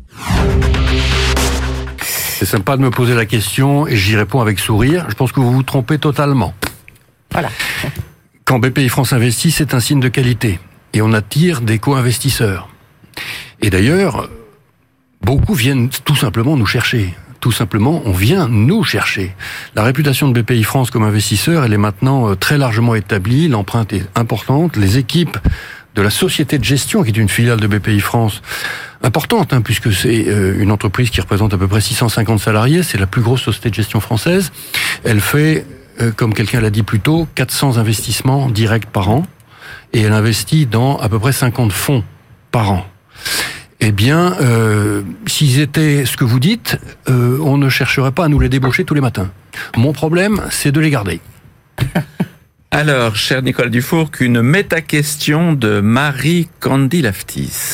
C'est sympa de me poser la question et j'y réponds avec sourire. Je pense que vous vous trompez totalement. Voilà. Quand BPI France investit, c'est un signe de qualité. Et on attire des co-investisseurs. Et d'ailleurs, beaucoup viennent tout simplement nous chercher. Tout simplement, on vient nous chercher. La réputation de BPI France comme investisseur, elle est maintenant très largement établie. L'empreinte est importante. Les équipes de la société de gestion, qui est une filiale de BPI France, importante, hein, puisque c'est une entreprise qui représente à peu près 650 salariés. C'est la plus grosse société de gestion française. Elle fait, comme quelqu'un l'a dit plus tôt, 400 investissements directs par an. Et elle investit dans à peu près 50 fonds par an. Eh bien, s'ils étaient ce que vous dites, on ne chercherait pas à nous les débaucher tous les matins. Mon problème, c'est de les garder. Alors, cher Nicolas Dufour, qu'une méta-question de Marie Candilaftis.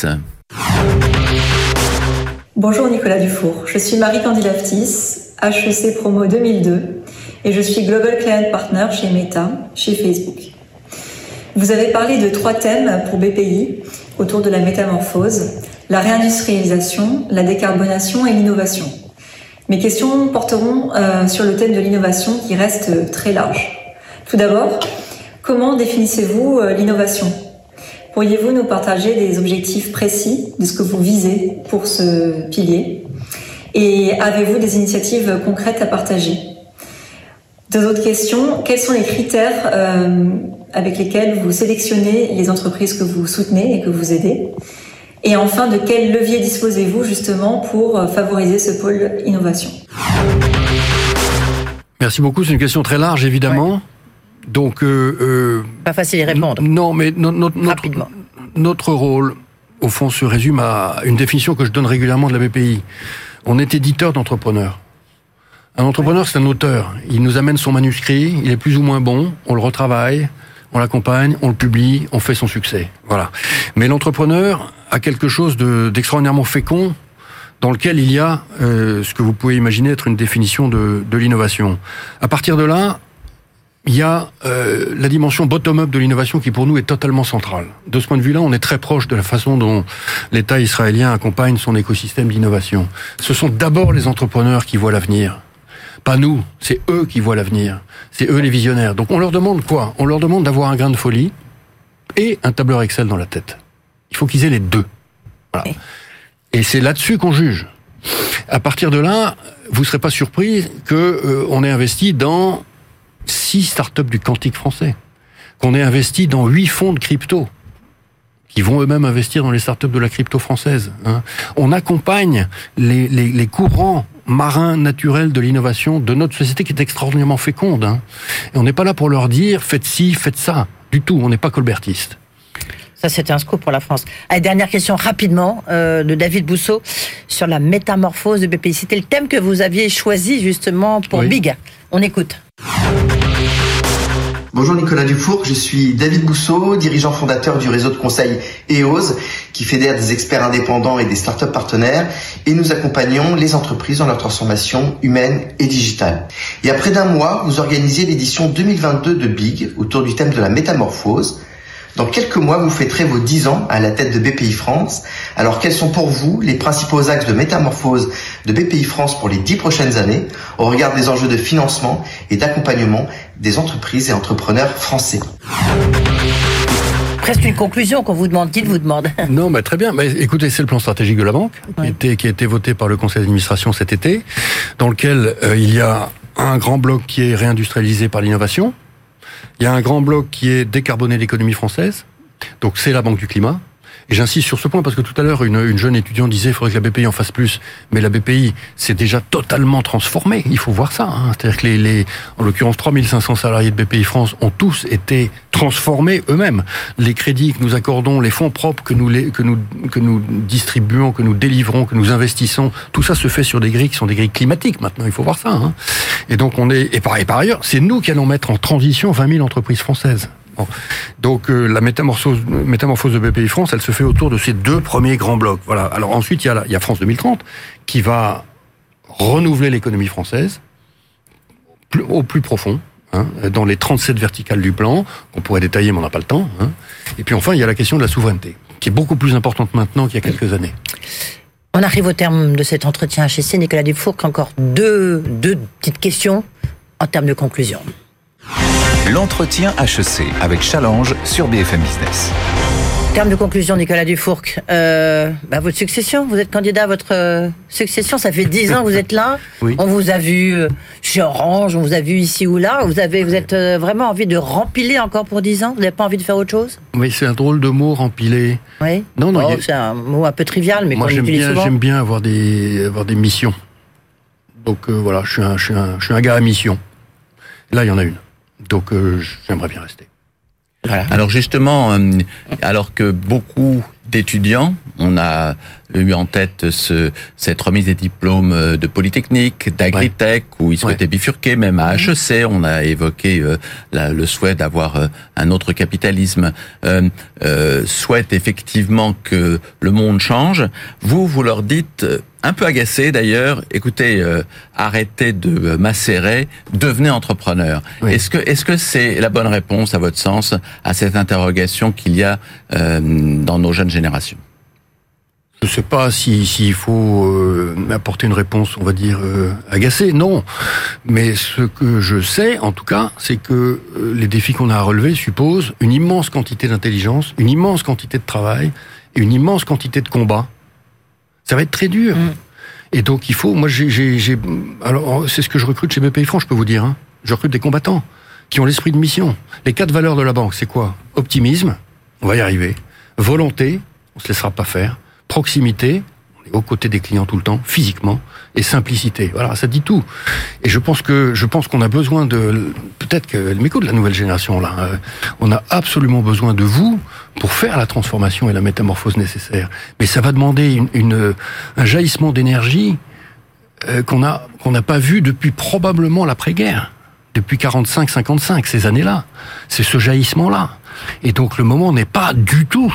Bonjour Nicolas Dufour, je suis Marie Candilaftis, HEC Promo 2002, et je suis Global Client Partner chez Meta, chez Facebook. Vous avez parlé de 3 thèmes pour BPI autour de la métamorphose, la réindustrialisation, la décarbonation et l'innovation. Mes questions porteront sur le thème de l'innovation qui reste très large. Tout d'abord, comment définissez-vous l'innovation ? Pourriez-vous nous partager des objectifs précis de ce que vous visez pour ce pilier ? Et avez-vous des initiatives concrètes à partager ? 2 autres questions. Quels sont les critères avec lesquels vous sélectionnez les entreprises que vous soutenez et que vous aidez ? Et enfin, de quel levier disposez-vous justement pour favoriser ce pôle innovation ? Merci beaucoup. C'est une question très large, évidemment. Ouais. Donc, pas facile à répondre. Non, mais notre rôle, au fond, se résume à une définition que je donne régulièrement de la BPI. On est éditeur d'entrepreneurs. Un entrepreneur, c'est un auteur. Il nous amène son manuscrit, il est plus ou moins bon, on le retravaille, on l'accompagne, on le publie, on fait son succès. Voilà. Mais l'entrepreneur a quelque chose d'extraordinairement fécond, dans lequel il y a ce que vous pouvez imaginer être une définition de l'innovation. À partir de là, il y a la dimension bottom-up de l'innovation qui pour nous est totalement centrale. De ce point de vue-là, on est très proche de la façon dont l'État israélien accompagne son écosystème d'innovation. Ce sont d'abord les entrepreneurs qui voient l'avenir. Pas nous, c'est eux qui voient l'avenir. C'est eux les visionnaires. Donc on leur demande quoi ? On leur demande d'avoir un grain de folie et un tableur Excel dans la tête. Il faut qu'ils aient les deux. Voilà. Et c'est là-dessus qu'on juge. À partir de là, vous ne serez pas surpris qu'on ait investi dans 6 startups du quantique français, qu'on ait investi dans 8 fonds de crypto, qui vont eux-mêmes investir dans les startups de la crypto française. Hein. On accompagne les courants marins naturels de l'innovation de notre société qui est extraordinairement féconde. Hein. Et on n'est pas là pour leur dire « faites ci, faites ça ». Du tout, on n'est pas colbertiste. Ça, c'était un scoop pour la France. Allez, dernière question rapidement de David Bousseau sur la métamorphose de BPI. C'était le thème que vous aviez choisi justement pour Big. On écoute. Bonjour Nicolas Dufour, je suis David Bousseau, dirigeant fondateur du réseau de conseil EOS, qui fédère des experts indépendants et des startups partenaires, et nous accompagnons les entreprises dans leur transformation humaine et digitale. Il y a près d'un mois, vous organisiez l'édition 2022 de Big autour du thème de la métamorphose. Dans quelques mois, vous fêterez vos 10 ans à la tête de BPI France. Alors, quels sont pour vous les principaux axes de métamorphose de BPI France pour les 10 prochaines années, au regard des enjeux de financement et d'accompagnement des entreprises et entrepreneurs français ? presque une conclusion qu'on vous demande. Qui vous demande? Non, mais très bien. Mais écoutez, c'est le plan stratégique de la banque qui a été voté par le conseil d'administration cet été, dans lequel il y a un grand bloc qui est réindustrialisé par l'innovation. Il y a un grand bloc qui est décarboner l'économie française. Donc c'est la Banque du Climat. Et j'insiste sur ce point parce que tout à l'heure, une jeune étudiante disait qu'il faudrait que la BPI en fasse plus. Mais la BPI s'est déjà totalement transformée. Il faut voir ça. Hein. C'est-à-dire que en l'occurrence, 3500 salariés de BPI France ont tous été transformés eux-mêmes. Les crédits que nous accordons, les fonds propres que nous distribuons, que nous délivrons, que nous investissons, tout ça se fait sur des grilles qui sont des grilles climatiques maintenant. Il faut voir ça. Hein. Et donc et par ailleurs, c'est nous qui allons mettre en transition 20 000 entreprises françaises. Bon. Donc la métamorphose de BPI France, elle se fait autour de ces deux premiers grands blocs. Voilà. Alors ensuite, il y a France 2030 qui va renouveler l'économie française au plus profond, hein, dans les 37 verticales du plan, qu'on pourrait détailler, mais on n'a pas le temps. Hein. Et puis enfin, il y a la question de la souveraineté, qui est beaucoup plus importante maintenant qu'il y a quelques années. On arrive au terme de cet entretien HEC. Nicolas Dufourcq, encore deux petites questions en termes de conclusion. L'entretien HEC avec Challenge sur BFM Business. En termes de conclusion, Nicolas Dufourcq, votre succession, vous êtes candidat à votre succession, ça fait 10 ans que vous êtes là. Oui. On vous a vu chez Orange, on vous a vu ici ou là. Vous êtes vraiment envie de rempiler encore pour 10 ans? Vous n'avez pas envie de faire autre chose? Oui, c'est un drôle de mot, rempiler. Oui. Non, c'est un mot un peu trivial, mais moi, qu'on utilise souvent. J'aime bien avoir des missions. Donc voilà, je suis un gars à mission. Là, il y en a une. Donc j'aimerais bien rester. Voilà. Alors justement, alors que beaucoup d'étudiants, on a eu en tête cette remise des diplômes de Polytechnique, d'Agritech, où ils souhaitaient bifurquer, même à HEC, on a évoqué le souhait d'avoir un autre capitalisme, souhaitent effectivement que le monde change. Vous leur dites, un peu agacé d'ailleurs, écoutez, arrêtez de macérer, devenez entrepreneur. Oui. Est-ce que c'est la bonne réponse, à votre sens, à cette interrogation qu'il y a dans nos jeunes générations? Je ne sais pas s'il faut apporter une réponse, on va dire, agacée, non. Mais ce que je sais, en tout cas, c'est que les défis qu'on a à relever supposent une immense quantité d'intelligence, une immense quantité de travail et une immense quantité de combat. Ça va être très dur. Et donc il faut, moi alors c'est ce que je recrute chez BPI France, je peux vous dire. Hein. Je recrute des combattants qui ont l'esprit de mission. Les 4 valeurs de la banque, c'est quoi? Optimisme, on va y arriver. Volonté, on se laissera pas faire. Proximité, on est aux côtés des clients tout le temps, physiquement, et simplicité. Voilà, ça dit tout. Et je pense qu'on a besoin peut-être qu'elle m'écoute, la nouvelle génération là. On a absolument besoin de vous pour faire la transformation et la métamorphose nécessaire. Mais ça va demander un jaillissement d'énergie qu'on n'a pas vu depuis probablement l'après-guerre. Depuis 45-55, ces années-là. C'est ce jaillissement-là. Et donc le moment n'est pas du tout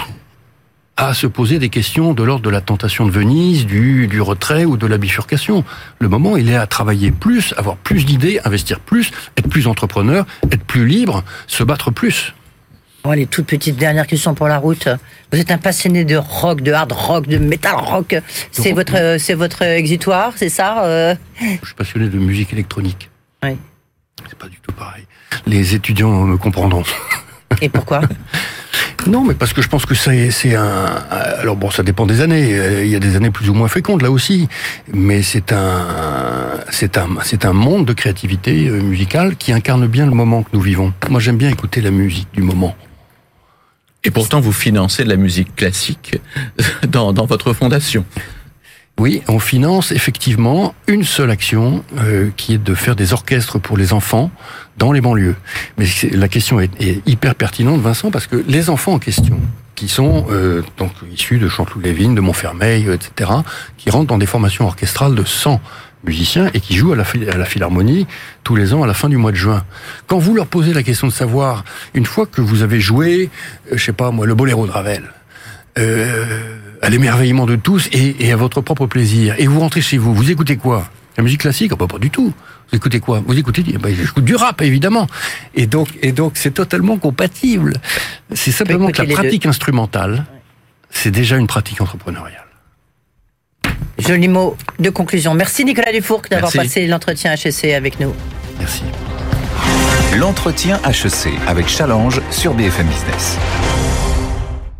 à se poser des questions de l'ordre de la tentation de Venise, du retrait ou de la bifurcation. Le moment, il est à travailler plus, avoir plus d'idées, investir plus, être plus entrepreneur, être plus libre, se battre plus. Bon, allez, toute petite dernière question pour la route. Vous êtes un passionné de rock, de hard rock, de metal rock. C'est votre exitoire, c'est ça Je suis passionné de musique électronique. Oui. C'est pas du tout pareil. Les étudiants me comprendront. Et pourquoi? Non, mais parce que je pense que c'est alors bon, ça dépend des années. Il y a des années plus ou moins fécondes là aussi, mais c'est un monde de créativité musicale qui incarne bien le moment que nous vivons. Moi, j'aime bien écouter la musique du moment. Et pourtant, vous financez de la musique classique dans votre fondation. Oui, on finance effectivement une seule action qui est de faire des orchestres pour les enfants dans les banlieues. Mais la question est hyper pertinente, Vincent, parce que les enfants en question, qui sont donc issus de Chanteloup-les-Vignes, de Montfermeil, etc., qui rentrent dans des formations orchestrales de 100 musiciens et qui jouent à la Philharmonie tous les ans à la fin du mois de juin. Quand vous leur posez la question de savoir, une fois que vous avez joué, je sais pas moi, le Boléro de Ravel, à l'émerveillement de tous et à votre propre plaisir. Et vous rentrez chez vous, vous écoutez quoi? La musique classique? Oh, pas du tout. Vous écoutez quoi? Vous écoutez, j'écoute du rap, évidemment. Et donc, c'est totalement compatible. C'est simplement que la pratique instrumentale, c'est déjà une pratique entrepreneuriale. Joli mot de conclusion. Merci Nicolas Dufourcq d'avoir passé l'entretien HEC avec nous. Merci. L'entretien HEC avec Challenge sur BFM Business.